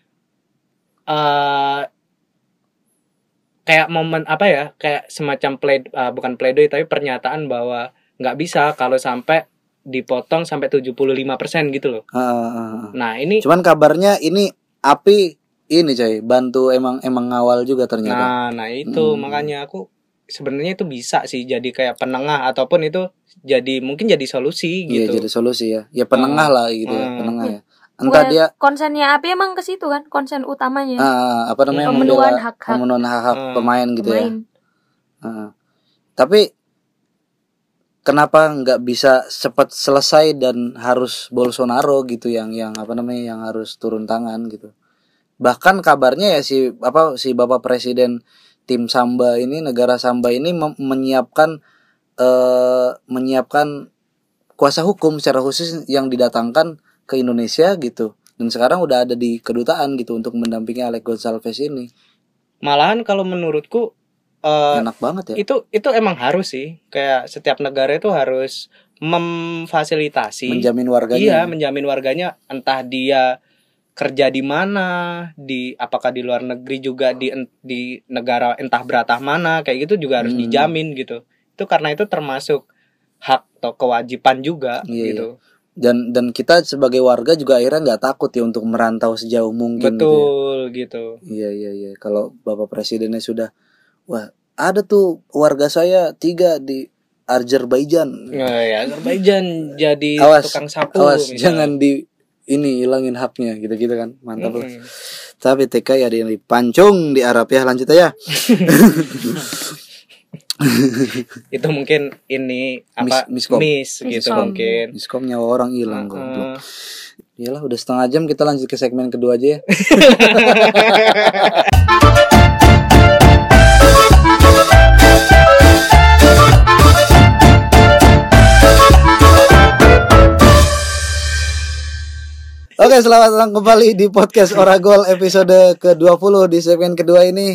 kayak momen kayak semacam bukan pledoi tapi pernyataan bahwa nggak bisa kalau sampai dipotong sampai 75% gitu loh. Nah, ini cuman kabarnya ini API ini coy bantu emang ngawal juga ternyata. Nah itu makanya aku sebenarnya itu bisa sih jadi kayak penengah ataupun itu mungkin jadi solusi Iya, gitu. jadi solusi ya. Ya penengah lah gitu ya, penengah ya. Entah Pokoknya dia konsennya API emang ke situ kan, konsen utamanya. apa namanya Pemenuhan membela hak-hak pemenuhan hak-hak pemain gitu ya. pemain. Tapi kenapa nggak bisa cepat selesai dan harus Bolsonaro gitu yang apa namanya yang harus turun tangan gitu. Bahkan kabarnya ya si Bapak Presiden tim Samba ini, negara Samba ini menyiapkan kuasa hukum secara khusus yang didatangkan ke Indonesia gitu. Dan sekarang udah ada di kedutaan gitu untuk mendampingi Alex Gonçalves ini. Malahan kalau menurutku Enak banget ya. itu emang harus sih, kayak setiap negara itu harus memfasilitasi, Menjamin warganya. Iya, menjamin warganya, entah dia kerja di mana, apakah di luar negeri juga di negara entah beratah mana, kayak gitu juga harus dijamin gitu. Itu karena itu termasuk hak atau kewajiban juga gitu. Dan kita sebagai warga juga akhirnya nggak takut ya untuk merantau sejauh mungkin. Betul gitu. Iya. Kalau Bapak Presidennya sudah, wah ada tuh warga saya 3 di Azerbaijan. Ya, Azerbaijan jadi tukang sapu. Awas jangan hilangin haknya gitu kan, mantap lah. Tapi TK ya ada yang dipancung di Arab ya, lanjut aja. Itu mungkin ini apa miskom gitu mungkin. Miskom nyawa orang hilang goblok. Iyalah udah setengah jam, kita lanjut ke segmen kedua aja ya. Oke, selamat datang kembali di podcast Oragol episode ke-20. Di segmen kedua ini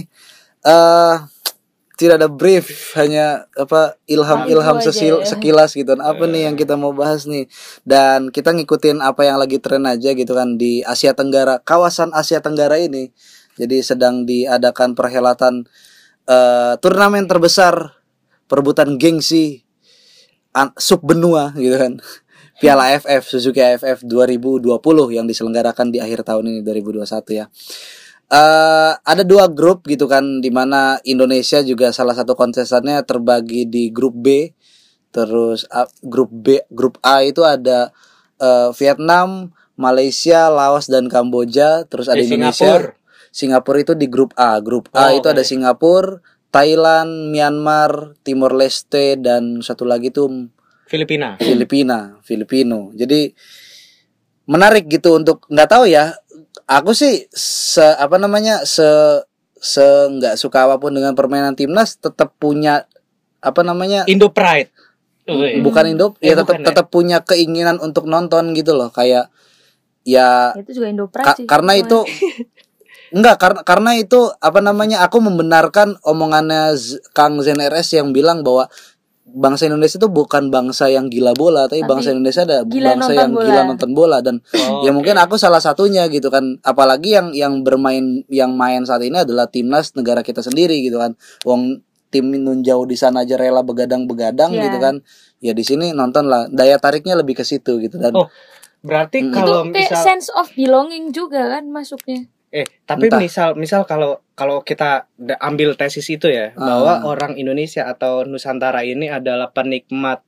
tidak ada brief, hanya ilham sekilas gitu. Apa nih yang kita mau bahas nih? Dan kita ngikutin apa yang lagi tren aja gitu kan di Asia Tenggara, kawasan Asia Tenggara ini. Jadi sedang diadakan perhelatan turnamen terbesar perebutan gengsi subbenua gitu kan. Piala AFF, Suzuki AFF 2020 yang diselenggarakan di akhir tahun ini 2021 ya. Ada 2 grup gitu kan, di mana Indonesia juga salah satu kontestannya terbagi di grup B. Terus grup A itu ada Vietnam, Malaysia, Laos dan Kamboja. Terus ada Indonesia. Singapura itu di grup A. Grup A itu ada Singapura, Thailand, Myanmar, Timor Leste dan satu lagi tuh Filipino. Jadi menarik gitu untuk, nggak tahu ya. Aku sih nggak suka apapun dengan permainan timnas, tetap punya Indo Pride. Bukan Indo, ya tetap punya keinginan untuk nonton gitu loh, kayak ya. Itu juga Indo Pride sih. Karena itu karena itu aku membenarkan omongannya Kang Zen RS yang bilang bahwa bangsa Indonesia itu bukan bangsa yang gila bola, tapi bangsa Indonesia ada bangsa yang gila nonton bola. Dan ya mungkin aku salah satunya gitu kan. Apalagi yang main saat ini adalah timnas negara kita sendiri gitu kan. Wong tim nun jauh di sana aja rela begadang-begadang gitu kan. Ya di sini nonton lah. Daya tariknya lebih ke situ gitu. Dan berarti kalau itu kayak sense of belonging juga kan masuknya. Tapi misal kalau kita ambil tesis itu ya, bahwa orang Indonesia atau Nusantara ini adalah penikmat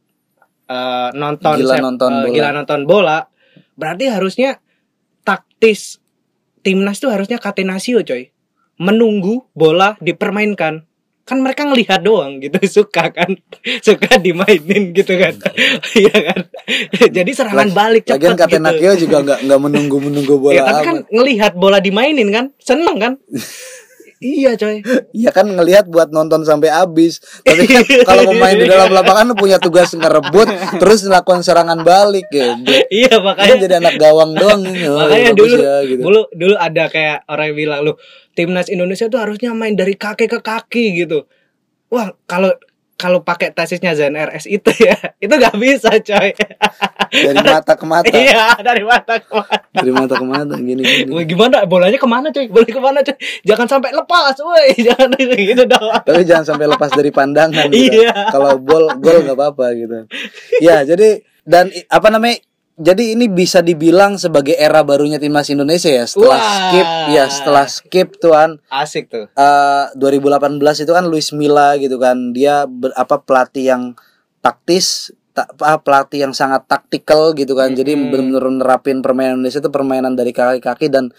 gila nonton bola, berarti harusnya taktis timnas tuh harusnya catenaccio coy, menunggu bola dipermainkan. Kan mereka ngelihat doang gitu, suka dimainin gitu kan. Iya kan. Jadi serangan balik cepet. Lagian Catenaccio gitu. Juga enggak menunggu bola. Ya, tapi kan ngelihat bola dimainin kan, seneng kan? Iya coy. Iya kan, ngelihat buat nonton sampai habis. Tapi kan kalau pemain di dalam lapangan punya tugas ngerebut terus melakukan serangan balik gitu. Iya, makanya jadi anak gawang doang. Makanya dulu ada kayak orang yang bilang, "Loh, timnas Indonesia tuh harusnya main dari kaki ke kaki gitu." Wah, kalau pakai tesisnya Zen RS itu ya, itu nggak bisa coy. Dari mata ke mata. Iya, dari mata ke mata. Dari mata ke mata gini. Wah, gimana bolanya kemana coy? Boleh kemana coy? Jangan sampai lepas, woi. Jangan gitu dong. Tapi jangan sampai lepas dari pandangan gitu. Iya. Kalau gol nggak apa-apa gitu. Ya, jadi dan jadi ini bisa dibilang sebagai era barunya timnas Indonesia ya setelah skip tuan. Asik tuh. 2018 itu kan Luis Milla gitu kan, dia pelatih yang taktis, pelatih yang sangat taktikal gitu kan. Jadi benar-benar nerapin permainan Indonesia itu permainan dari kaki-kaki dan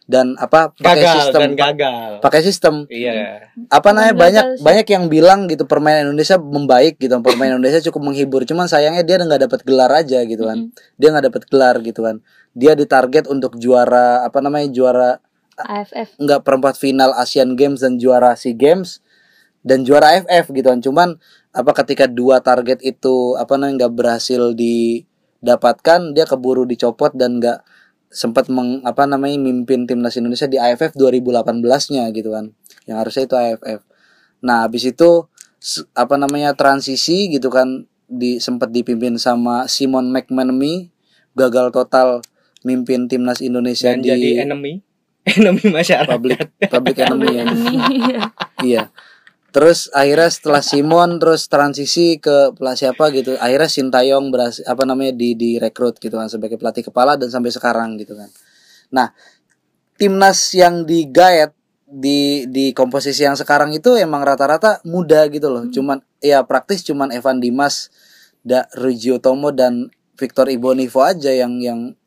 pakai sistem. Iya. Banyak yang bilang gitu permainan Indonesia membaik gitu, permainan Indonesia cukup menghibur. Cuman sayangnya dia nggak dapat gelar aja gitu kan. Dia nggak dapat gelar gitu kan. Dia ditarget untuk juara AFF. Nggak, perempat final Asian Games dan juara SEA Games dan juara AFF gitu kan. Cuman ketika dua target itu nggak berhasil didapatkan, dia keburu dicopot dan nggak sempat mimpin timnas Indonesia di AFF 2018-nya gitu kan. Yang harusnya itu AFF. Nah, habis itu transisi gitu kan sempat dipimpin sama Simon McManamy, gagal total mimpin timnas Indonesia dan jadi enemy masyarakat. Public enemy ya. Iya. Terus akhirnya setelah Simon terus transisi ke pelatih siapa gitu. Akhirnya Sintayong berhasil direkrut gitu kan sebagai pelatih kepala dan sampai sekarang gitu kan. Nah, timnas yang digaet di komposisi yang sekarang itu emang rata-rata muda gitu loh. Cuman praktis cuman Evan Dimas, Ruji Utomo dan Victor Igbonivo aja yang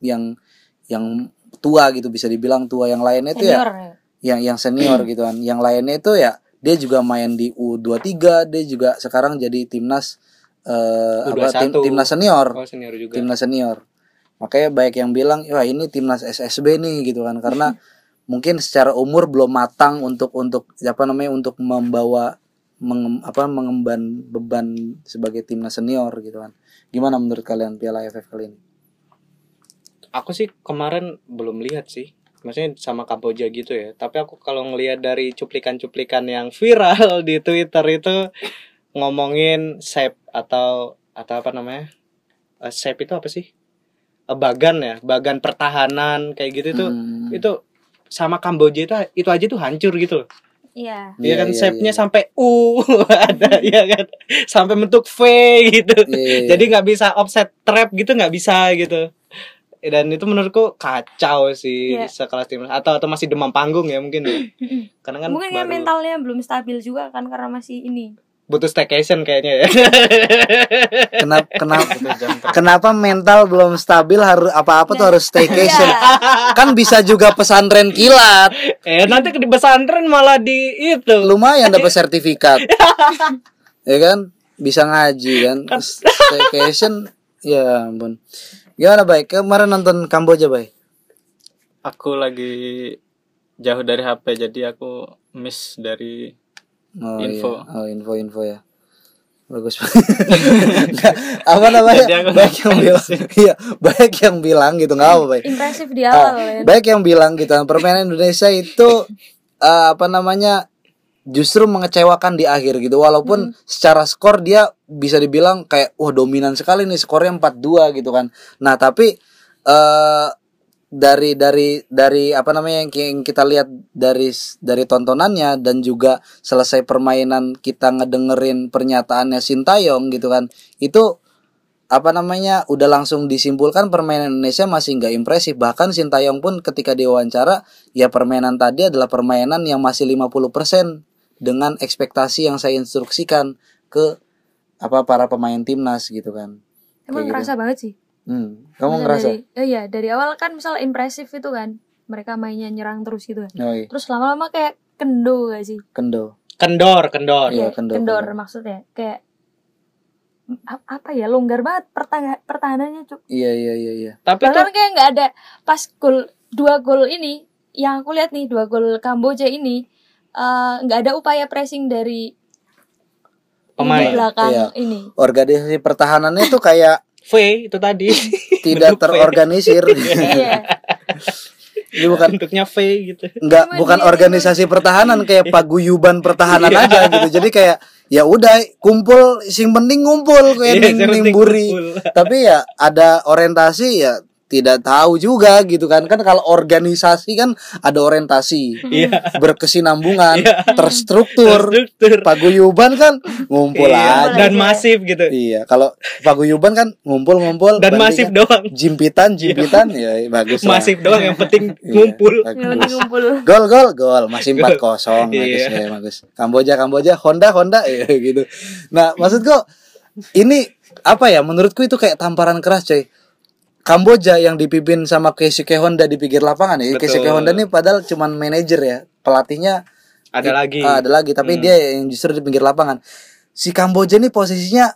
tua gitu, bisa dibilang tua. Yang lainnya itu yang senior gitu kan. Yang lainnya itu ya dia juga main di U23, dia juga sekarang jadi timnas timnas senior. Senior juga. Timnas senior. Makanya banyak yang bilang, wah ini timnas SSB nih gitu kan, karena mungkin secara umur belum matang untuk mengemban beban sebagai timnas senior gitu kan. Gimana menurut kalian Piala AFF kali ini? Aku sih kemarin belum lihat sih. Maksudnya sama Kamboja gitu ya. Tapi aku kalau ngelihat dari cuplikan-cuplikan yang viral di Twitter itu ngomongin shape atau apa namanya? Shape itu apa sih? Bagan ya, bagan pertahanan kayak gitu itu sama Kamboja itu aja tuh hancur gitu loh. Iya. Dia kan shape-nya sampai ada ya kan. Sampai bentuk V gitu. Jadi enggak bisa offset trap gitu, enggak bisa gitu. Dan itu menurutku kacau sih sekelas timnas atau masih demam panggung ya mungkin ya. Karena kan mungkin mentalnya belum stabil juga kan karena masih butuh staycation kayaknya ya. Kenapa mental belum stabil harus tuh harus staycation? Kan bisa juga pesantren kilat. Nanti di pesantren malah di itu. Lumayan dapat sertifikat. Ya kan? Bisa ngaji kan. Staycation ya ampun. Gimana Bay? Kemarin nonton Kamboja Bay? Aku lagi jauh dari HP jadi aku miss dari info. Iya. Info ya. Bagus. Banyak yang bilang gitu, enggak apa Bay. Impresif di awal. Banyak yang bilang gitu, permainan Indonesia itu justru mengecewakan di akhir gitu. Walaupun secara skor dia bisa dibilang kayak dominan sekali nih, skornya 4-2 gitu kan. Nah, tapi dari yang kita lihat dari tontonannya dan juga selesai permainan kita ngedengerin pernyataannya Sintayong gitu kan. Itu udah langsung disimpulkan permainan Indonesia masih nggak impresif. Bahkan Sintayong pun ketika diwawancara, ya permainan tadi adalah permainan yang masih 50% dengan ekspektasi yang saya instruksikan ke para pemain timnas gitu kan. Emang ngerasa banget sih. Kamu ngerasa? Dari awal kan misal impresif itu kan, mereka mainnya nyerang terus gitu kan. Oh, iya. Terus lama-lama kayak kendo gak sih? Kendor. Iya, kendor maksudnya kayak longgar banget pertahanannya cuk. Iya. Tapi bahkan kayak nggak ada pas dua gol ini yang aku lihat nih, 2 gol Kamboja ini nggak ada upaya pressing dari pemain belakang ini. Organisasi pertahanannya tuh kayak V itu tadi tidak terorganisir. Iya. Ini bukan bentuknya V gitu. Bukan organisasi pertahanan, kayak paguyuban pertahanan aja gitu. Jadi kayak ya udah kumpul, sing penting ngumpul kayak ning buri. Tapi ya ada orientasi ya tidak tahu juga gitu kan kalau organisasi kan ada orientasi, berkesinambungan, terstruktur. Paguyuban kan ngumpul aja dan masif gitu. Iya, kalau paguyuban kan ngumpul dan masif kan doang. jimpitan ya bagus lah. Masif doang yang penting ngumpul. Gol masih 4-0 bagus. Kamboja Honda ya gitu. Nah, maksudku ini apa ya, menurutku itu kayak tamparan keras coy. Kamboja yang dipimpin sama Keisuke Honda di pinggir lapangan ya. Keisuke Honda ini padahal cuman manajer ya. Pelatihnya ada lagi tapi dia yang justru di pinggir lapangan. Si Kamboja ini posisinya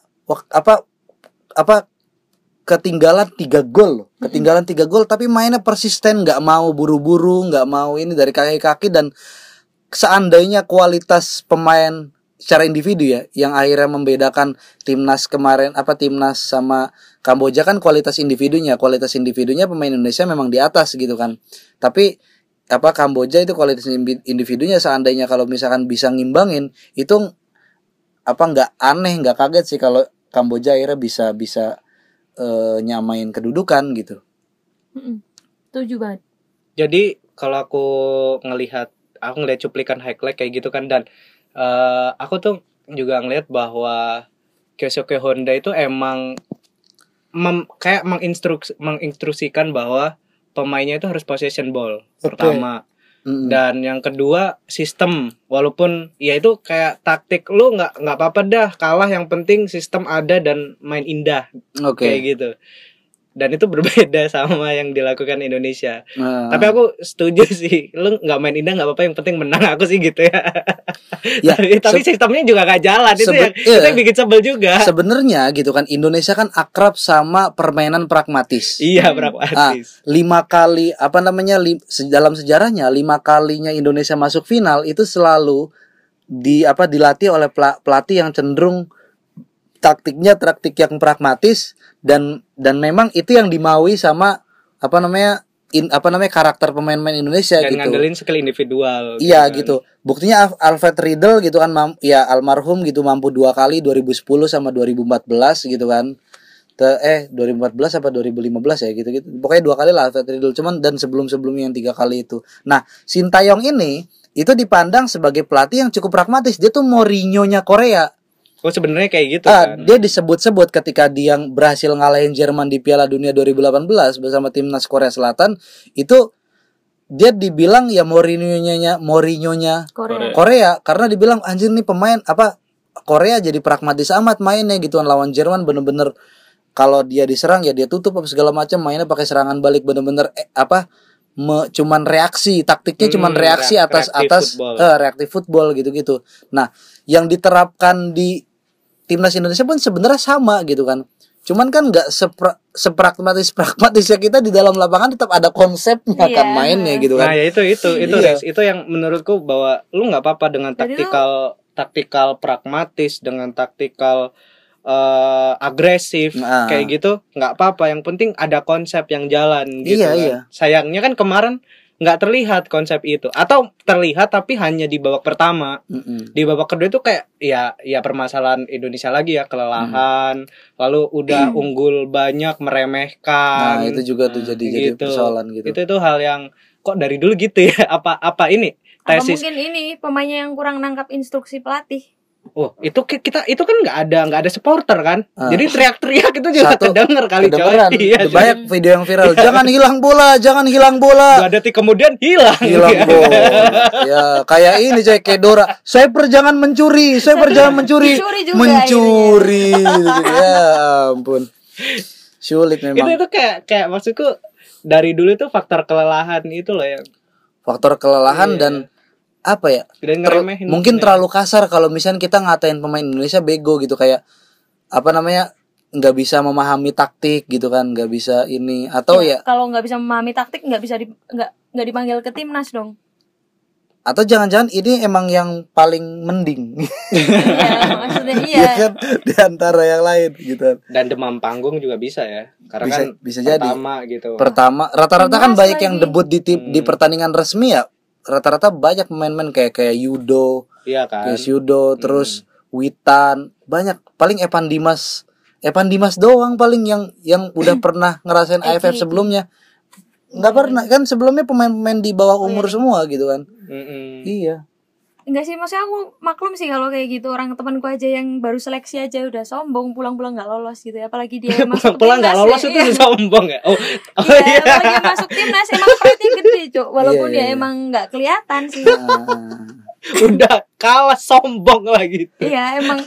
ketinggalan 3 gol tapi mainnya persisten, nggak mau buru-buru, nggak mau ini dari kaki-kaki. Dan seandainya kualitas pemain secara individu ya yang akhirnya membedakan timnas kemarin timnas sama Kamboja kan kualitas individunya pemain Indonesia memang di atas gitu kan. Tapi Kamboja itu kualitas individunya seandainya kalau misalkan bisa ngimbangin itu nggak aneh, nggak kaget sih kalau Kamboja akhirnya bisa nyamain kedudukan gitu. Setuju banget. Jadi kalau aku ngelihat cuplikan highlight kayak gitu kan, dan aku tuh juga ngelihat bahwa Keisuke Honda itu emang kayak menginstruksikan bahah pemainnya itu harus possession ball pertama. Dan yang kedua sistem, walaupun ya itu kayak taktik lu nggak apa-apa dah kalah, yang penting sistem ada dan main indah. Kayak gitu. Dan itu berbeda sama yang dilakukan Indonesia. Tapi aku setuju sih, lu nggak main indah nggak apa-apa, yang penting menang, aku sih gitu ya. Tapi sistemnya juga nggak jalan, itu yang bikin sebel juga. Sebenarnya gitu kan, Indonesia kan akrab sama permainan pragmatis. Iya, pragmatis. 5 kali dalam sejarahnya 5 kalinya Indonesia masuk final itu selalu dilatih oleh pelatih yang cenderung taktik yang pragmatis, dan memang itu yang dimaui sama karakter pemain-pemain Indonesia dan gitu. Dan ngandelin skill individual. Iya gitu. Buktinya Alfred Riedel gitu kan almarhum gitu mampu 2 kali 2010 sama 2014 gitu kan. 2014 apa 2015 ya gitu-gitu. Pokoknya 2 kali lah Alfred Riedel, cuman dan sebelum-sebelumnya yang 3 kali itu. Nah, Sintayong ini itu dipandang sebagai pelatih yang cukup pragmatis. Dia tuh Mourinho-nya Korea. Oh, sebenarnya kayak gitu kan. Dia disebut-sebut ketika dia yang berhasil ngalahin Jerman di Piala Dunia 2018 bersama timnas Korea Selatan, itu dia dibilang ya Mourinho-nya Korea karena dibilang anjir nih pemain Korea jadi pragmatis amat mainnya gitu kan. Lawan Jerman bener-bener kalau dia diserang ya dia tutup segala macam, mainnya pakai serangan balik bener-bener cuman reaksi, taktiknya cuman reaksi atas reactive football gitu-gitu. Nah, yang diterapkan di timnas Indonesia pun sebenarnya sama gitu kan. Cuman kan nggak sepragmatis ya kita di dalam lapangan, tetap ada konsepnya kan mainnya gitu kan. Nah, ya itu yang menurutku bahwa lu nggak apa-apa dengan taktikal pragmatis, dengan taktikal agresif kayak gitu, nggak apa-apa, yang penting ada konsep yang jalan gitu kan. Iya. Sayangnya kan kemarin nggak terlihat konsep itu, atau terlihat tapi hanya di babak pertama. Di babak kedua itu kayak ya permasalahan Indonesia lagi ya, kelelahan, lalu udah unggul banyak meremehkan. Nah, itu juga tuh jadi persoalan gitu. Itu hal yang kok dari dulu gitu ya. Apa ini tesis? Apa mungkin ini pemainnya yang kurang nangkap instruksi pelatih? Oh, itu kan nggak ada supporter kan, jadi teriak-teriak itu juga kedenger kali coy. Iya, banyak video yang viral. Jangan hilang bola. 2 detik kemudian hilang bola. Ya kayak ini coy, kayak Dora. Swiper jangan mencuri. Mencuri. Ya ampun. Sulit memang. Itu kayak maksudku dari dulu tuh faktor kelelahan itu loh yang. Faktor kelelahan dan mungkin terlalu kasar kalau misalnya kita ngatain pemain Indonesia bego gitu, kayak nggak bisa memahami taktik gitu kan, nggak bisa ini atau kalau nggak bisa memahami taktik nggak nggak dipanggil ke timnas dong. Atau jangan-jangan ini emang yang paling mending. Iya, maksudnya iya. Kan di antara yang lain gitu. Dan demam panggung juga bisa ya, karena bisa jadi pertama rata-rata kan banyak yang debut di pertandingan resmi ya. Rata-rata banyak pemain-pemain kayak Yudo, iya kan? Terus Witan, banyak. Paling Evan Evan Dimas doang paling yang udah pernah ngerasain AFF sebelumnya. Nggak pernah kan, sebelumnya pemain-pemain di bawah umur semua gitu kan. Iya. Enggak sih, maksudnya aku maklum sih kalau kayak gitu. Orang temanku aja yang baru seleksi aja udah sombong, pulang-pulang nggak lolos gitu ya. Apalagi dia masuk pulang nggak lolos itu sombong ya. Iya, apalagi masuk timnas emang pride-nya gede, Cuk. Walaupun ya emang nggak kelihatan sih. Udah kalah sombong lagi. Iya, emang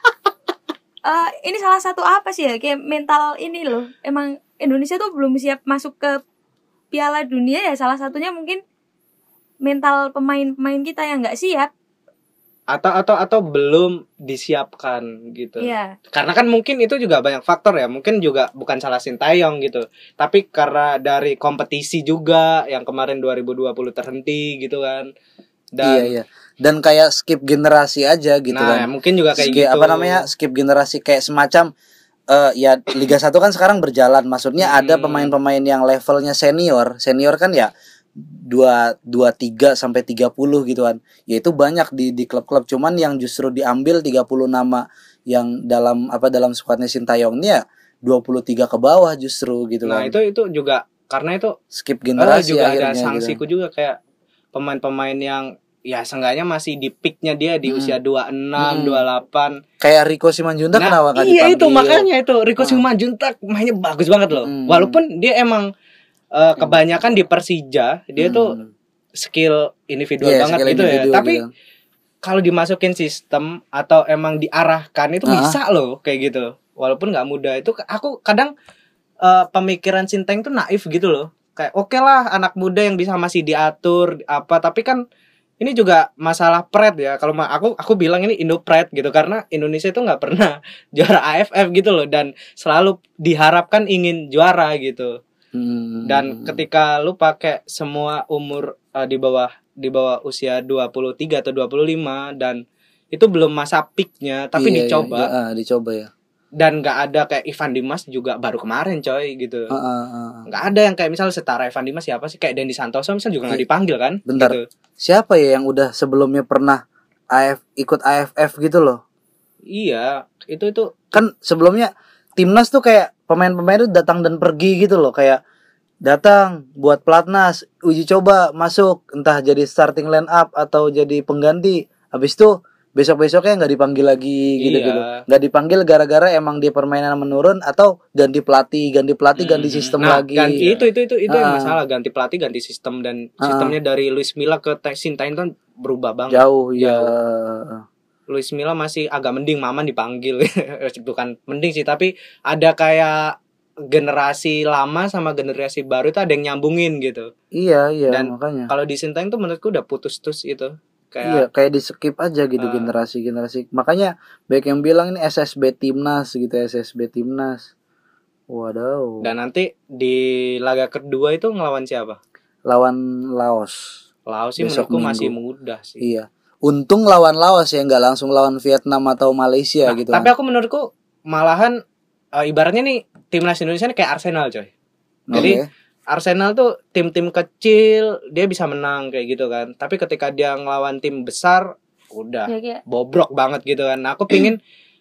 ini salah satu apa sih ya, kayak mental ini loh. Emang Indonesia tuh belum siap masuk ke Piala Dunia ya, salah satunya mungkin mental pemain-pemain kita yang nggak siap atau belum disiapkan gitu. Iya. Karena kan mungkin itu juga banyak faktor ya. Mungkin juga bukan salah Sintayong gitu. Tapi karena dari kompetisi juga yang kemarin 2020 terhenti gitu kan. Dan iya. Dan kayak skip generasi aja gitu kan. Nah, mungkin juga kayak skip, gitu. Skip generasi kayak semacam ya Liga 1 kan sekarang berjalan. Maksudnya ada pemain-pemain yang levelnya senior kan ya 23 sampai 30 gitu kan. Ya itu banyak di klub-klub, cuman yang justru diambil 30 nama yang dalam skuadnya Sintayong ini ya 23 ke bawah justru gitu kan. Nah, itu juga karena itu skip generasi juga akhirnya ada sanksiku gitu. Juga kayak pemain-pemain yang ya seenggaknya masih di peaknya dia di usia 26, 28. Kayak Rico Simanjuntak kenapa kan iya dipanggil? Itu makanya itu Rico Simanjuntak mainnya bagus banget loh. Walaupun dia emang kebanyakan di Persija dia tuh skill individual banget gitu ya. Tapi kalau dimasukin sistem atau emang diarahkan itu bisa loh kayak gitu. Walaupun nggak mudah. Itu aku kadang pemikiran Sintayong tuh naif gitu loh. Kayak oke lah anak muda yang bisa masih diatur apa, tapi kan ini juga masalah pride ya. Kalau aku bilang ini Indo pride gitu, karena Indonesia itu nggak pernah juara AFF gitu loh, dan selalu diharapkan ingin juara gitu. Dan ketika lu pakai semua umur di bawah usia 23 atau 25 dan itu belum masa peaknya tapi dicoba ya. Dan nggak ada kayak Evan Dimas juga baru kemarin coy gitu. Nggak ada yang kayak misalnya setara Evan Dimas, siapa sih, kayak Dendi Santoso misal juga nggak dipanggil kan. Bentar gitu. Siapa ya yang udah sebelumnya pernah ikut AFF gitu loh? Iya itu kan sebelumnya timnas tuh kayak pemain-pemain itu datang dan pergi gitu loh, kayak datang buat pelatnas, uji coba, masuk entah jadi starting line up atau jadi pengganti, habis itu besok-besoknya nggak dipanggil lagi gitu-gitu. Nggak dipanggil gara-gara emang dia permainan menurun atau ganti pelatih ganti sistem lagi. Itu yang masalah, ganti pelatih ganti sistem, dan sistemnya dari Luis Milla ke Sintayong kan berubah banget. Jauh. Luis Milla masih agak mending, Maman dipanggil. Bukan mending sih, tapi ada kayak generasi lama sama generasi baru itu ada yang nyambungin gitu. Iya dan makanya. Kalau di Sintayong tuh menurutku udah putus itu. Kayak di skip aja gitu generasi. Makanya banyak yang bilang ini SSB Timnas gitu, SSB Timnas. Waduh. Dan nanti di laga kedua itu ngelawan siapa? Lawan Laos. Laos sih menurutku masih mudah sih. Iya. Untung lawan Laos ya, nggak langsung lawan Vietnam atau Malaysia gitu. Tapi aku menurutku malahan ibaratnya nih timnas Indonesia ini kayak Arsenal coy. Jadi Arsenal tuh tim-tim kecil dia bisa menang kayak gitu kan. Tapi ketika dia ngelawan tim besar udah bobrok banget gitu kan. Nah, aku pingin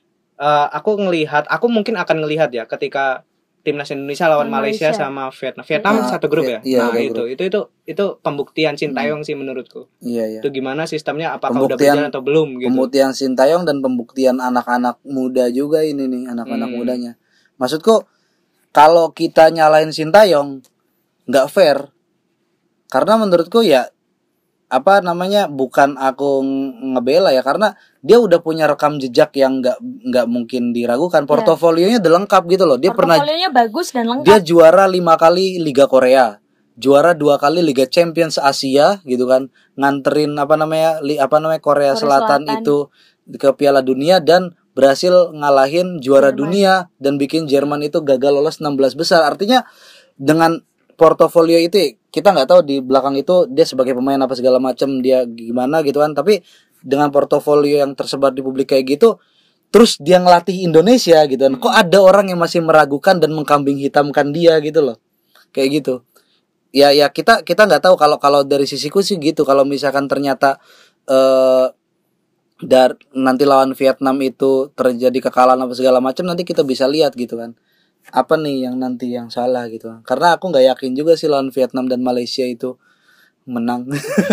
aku mungkin akan ngelihat ya ketika timnas Indonesia lawan Malaysia sama Vietnam. Vietnam satu grup ya. Iya, itu pembuktian Sintayong sih menurutku. Iya. Itu gimana sistemnya, apakah udah berjalan atau belum gitu. Pembuktian Sintayong dan pembuktian anak-anak muda juga ini nih, anak-anak mudanya. Maksudku kalau kita nyalain Sintayong nggak fair, karena menurutku ya bukan aku ngebela ya, karena dia udah punya rekam jejak yang nggak mungkin diragukan. Portofolionya udah lengkap gitu loh. Dia portofolionya bagus dan lengkap. Dia juara 5 kali Liga Korea, juara 2 kali Liga Champions Asia gitu kan, nganterin Korea Selatan itu ke Piala Dunia dan berhasil ngalahin juara dunia dan bikin Jerman itu gagal lolos 16 besar. Artinya dengan portofolio itu kita nggak tahu di belakang itu dia sebagai pemain apa segala macam dia gimana gitu kan, tapi dengan portofolio yang tersebar di publik kayak gitu, terus dia ngelatih Indonesia gitu kan, kok ada orang yang masih meragukan dan mengkambing hitamkan dia gitu loh, kayak gitu. Ya kita nggak tahu, kalau dari sisiku sih gitu. Kalau misalkan ternyata nanti lawan Vietnam itu terjadi kekalahan apa segala macam, nanti kita bisa lihat gitu kan. Apa nih yang nanti yang salah gitu. Karena aku nggak yakin juga sih lawan Vietnam dan Malaysia itu menang.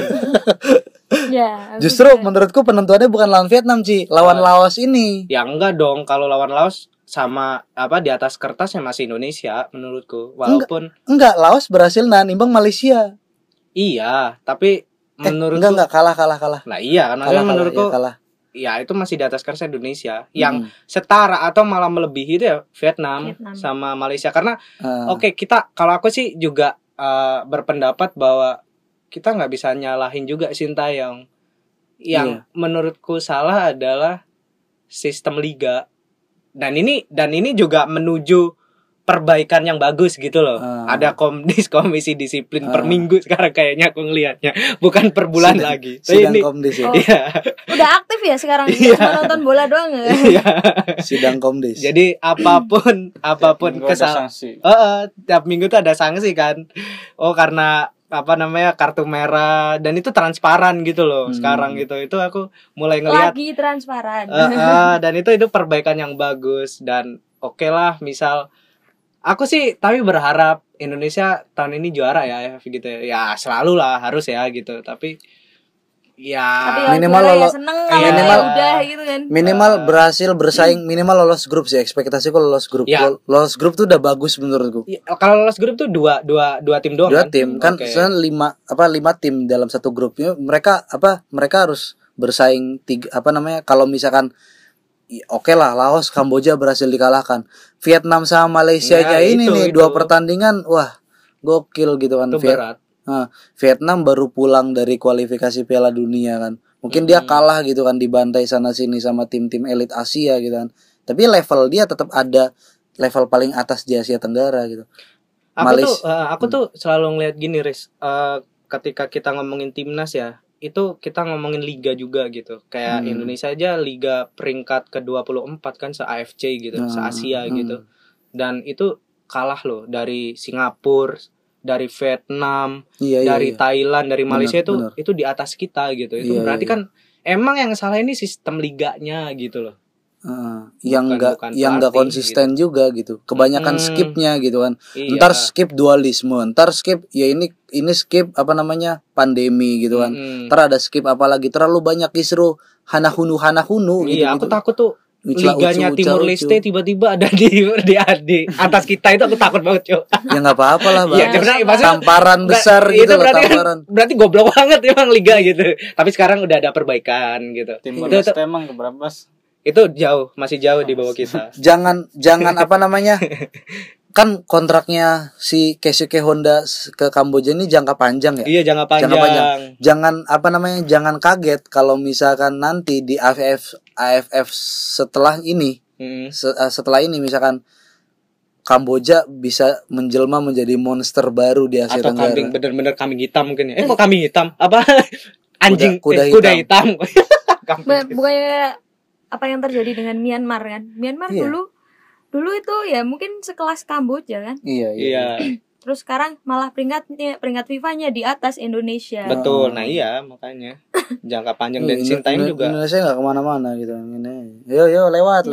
Ya, aku Justru juga. menurutku penentuannya bukan lawan Vietnam, Ci, lawan Laos ini. Ya enggak dong, kalau lawan Laos sama apa di atas kertasnya masih Indonesia menurutku. Walaupun Enggak, Laos berhasil nimbang Malaysia. iya, tapi menurutku Enggak kalah. Nah iya, kan maksudnya menurutku ya, kalah. ya itu masih di atas kertas Indonesia. Yang setara atau malah melebihi itu ya Vietnam sama Malaysia. Karena oke, kita kalau aku sih juga berpendapat bahwa kita nggak bisa nyalahin juga Sintayong. Yang menurutku salah adalah sistem liga. Dan ini juga menuju perbaikan yang bagus gitu loh. Ada komisi disiplin per minggu sekarang kayaknya aku ngelihatnya, bukan per bulan lagi. Sidang komdis ya. Iya. Udah aktif ya sekarang, cuma nonton bola doang ya. Iya. Sidang komdis. Jadi apapun kesalahan. Tiap minggu tuh ada sanksi kan. Oh, karena kartu merah, dan itu transparan gitu loh. Sekarang gitu. Itu aku mulai ngelihat lagi transparan. Dan itu perbaikan yang bagus. Dan oke lah, misal aku sih tapi berharap Indonesia tahun ini juara ya gitu ya. Ya selalu lah, harus ya gitu. Tapi minimal seneng kalau minimal udah gitu kan. Minimal berhasil bersaing, minimal lolos grup sih. Ekspektasiku lolos grup. Lolos grup tuh udah bagus menurutku. Ya, kalau lolos grup tuh dua tim doang. Dua tim kan, lima tim dalam satu grupnya. Mereka harus bersaing kalau misalkan oke lah, Laos, Kamboja berhasil dikalahkan. Vietnam sama Malaysia aja ini nih 2 pertandingan, wah gokil gitu kan. Itu berat. Vietnam baru pulang dari kualifikasi Piala Dunia kan. Mungkin dia kalah gitu kan, dibantai sana sini sama tim-tim elit Asia gitu kan. Tapi level dia tetap ada level paling atas di Asia Tenggara gitu. Aku tuh selalu ngeliat gini, Riz. Ketika kita ngomongin timnas ya, itu kita ngomongin liga juga gitu. Kayak Indonesia aja liga peringkat ke-24 kan se-AFC gitu, se-Asia gitu. Dan itu kalah loh dari Singapura, dari Vietnam, dari Thailand, dari Malaysia. Itu di atas kita gitu. Itu berarti kan emang yang salah ini sistem liganya gitu loh. Yang enggak konsisten gitu juga gitu. Kebanyakan skipnya gitu kan. Ntar skip dualisme, ntar skip ya ini skip pandemi gitu kan. Ntar ada skip apalagi terlalu banyak kisru hanahunu gitu. Iya, aku takut tuh liganya Timur Leste tiba-tiba ada di atas kita. Itu aku takut banget, Cok. Ya enggak apa-apa lah, Bang. Ya, tamparan besar gitu loh, tamparan. Berarti goblok banget emang liga gitu. Tapi sekarang udah ada perbaikan gitu. Timur Leste emang keberapa, Mas? Itu masih jauh di bawah kita. Jangan kan kontraknya si Keisuke Honda ke Kamboja ini jangka panjang ya. Iya, jangka panjang. Jangan kaget kalau misalkan nanti di AFF setelah ini misalkan Kamboja bisa menjelma menjadi monster baru di Asia Tenggara. Atau bener-bener kambing hitam mungkin ya. Kok kambing hitam? Apa? Anjing kuda hitam. Bukannya apa yang terjadi dengan Myanmar kan? Myanmar dulu itu ya mungkin sekelas Kamboja kan? Iya. Terus sekarang malah peringkat FIFA-nya di atas Indonesia. Betul. Nah iya, makanya jangka panjang dan Sintayong juga. Indonesia nggak kemana-mana gitu. Ini, yo lewat.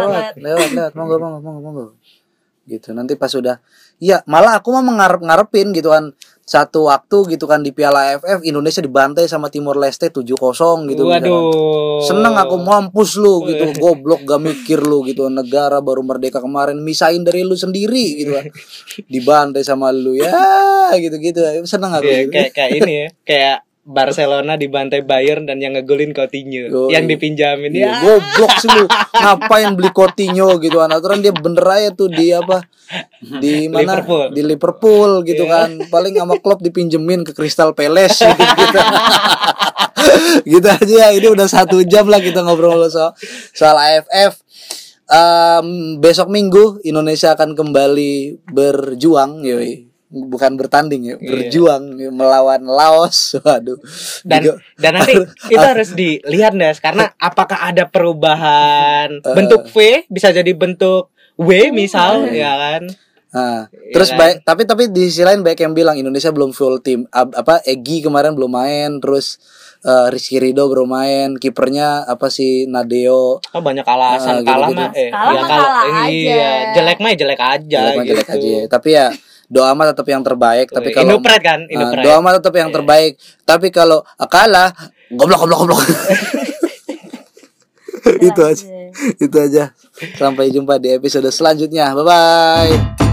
Monggo. Gitu. Nanti pas sudah, malah aku mah ngarepin gitu kan. Satu waktu gitu kan di Piala AFF Indonesia dibantai sama Timor Leste 7-0 gitu. Waduh. Seneng aku, mampus lu gitu. Goblok gak mikir lu gitu. Negara baru merdeka kemarin misahin dari lu sendiri gitu kan. Dibantai sama lu ya gitu-gitu. Seneng aku. Kayak ini ya. Kayak Barcelona dibantai Bayern dan yang ngegolin Coutinho yang dipinjamin ya. Goblok sih lu. Ngapain beli Coutinho gitu kan. Aturan dia bener aja tuh di mana Liverpool. Di Liverpool gitu kan. Paling sama klub dipinjemin ke Crystal Palace gitu. Gitu aja. Ini udah 1 jam lah kita ngobrol soal AFF. Besok Minggu Indonesia akan kembali berjuang bukan bertanding ya, berjuang melawan Laos. Waduh. Dan nanti itu harus dilihat Nes, karena apakah ada perubahan bentuk V, bisa jadi bentuk W misal ya kan. Terus baik, tapi di sisi lain baik yang bilang Indonesia belum full tim. Egy kemarin belum main, terus Rizky Ridho bermain, kipernya apa sih Nadeo. Oh, banyak alasan Gitu-gitu. kalah mah Kalah ya mah kalau kalah aja. iya, jelek mah jelek aja Jelek gitu. aja. Tapi ya doa mah tetap yang terbaik. Tapi kalau Indopret kan, Indopret. doa mah tetap yang terbaik. Tapi kalau kalah, goblok. Itu aja. Sampai jumpa di episode selanjutnya. Bye bye.